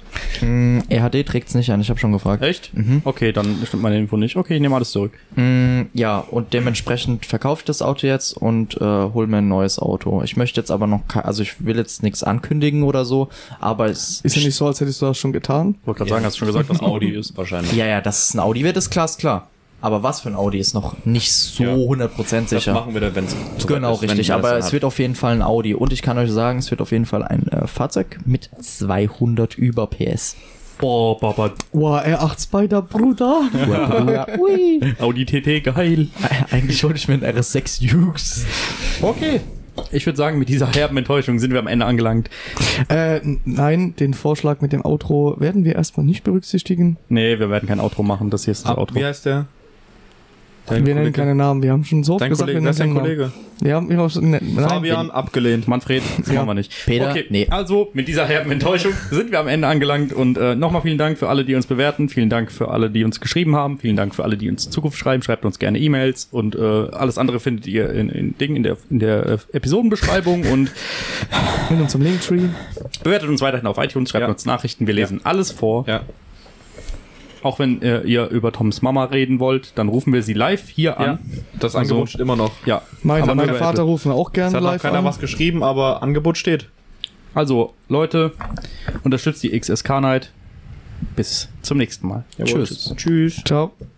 RHD trägt's nicht an, ich habe schon gefragt. Echt? Okay, dann stimmt meine Info nicht. Okay, ich nehme alles zurück. Ja, und dementsprechend verkaufe ich das Auto jetzt und hol mir ein neues Auto. Ich möchte jetzt aber noch, also ich will jetzt nichts ankündigen oder so, aber es Ist ja nicht so, als hättest du das schon getan. Ich wollte gerade sagen, hast du schon gesagt, dass ein Audi ist. Wahrscheinlich. Ja, dass es ein Audi wird, ist klar. Aber was für ein Audi ist noch nicht so 100% sicher. Das machen wir dann, wenn es Genau, richtig. Aber es wird auf jeden Fall ein Audi. Und ich kann euch sagen, es wird auf jeden Fall ein Fahrzeug mit 200 über PS. Boah, Papa. Wow, R8 Spider, Bruder. Ui. Audi TT, geil. Eigentlich wollte ich mir einen RS6 Jukes. Okay. Ich würde sagen, mit dieser herben Enttäuschung sind wir am Ende angelangt. Nein, den Vorschlag mit dem Outro werden wir erstmal nicht berücksichtigen. Nee, wir werden kein Outro machen, das hier ist das Outro. Wie heißt der? Wir nennen keine Namen, wir haben schon so oft Dein gesagt, Kollege, wer ist dein Kollege? Wir haben immer schon, nein, Fabian, abgelehnt. Manfred, das machen wir nicht. Peter, okay, nee. Also mit dieser herben Enttäuschung sind wir am Ende angelangt und nochmal vielen Dank für alle, die uns bewerten, vielen Dank für alle, die uns geschrieben haben, vielen Dank für alle, die uns in Zukunft schreiben, schreibt uns gerne E-Mails und alles andere findet ihr in der Episodenbeschreibung und mit uns zum Linktree. bewertet uns weiterhin auf iTunes, schreibt uns Nachrichten, wir lesen alles vor. Ja. Auch wenn ihr über Toms Mama reden wollt, dann rufen wir sie live hier an. Das Angebot steht immer noch. Ja. Mein Aber nur Vater rufen wir auch Es gerne hat noch live keiner an. was geschrieben, aber Angebot steht. Also, Leute, unterstützt die XSK Night. Bis zum nächsten Mal. Jawohl. Tschüss. Tschüss. Ciao.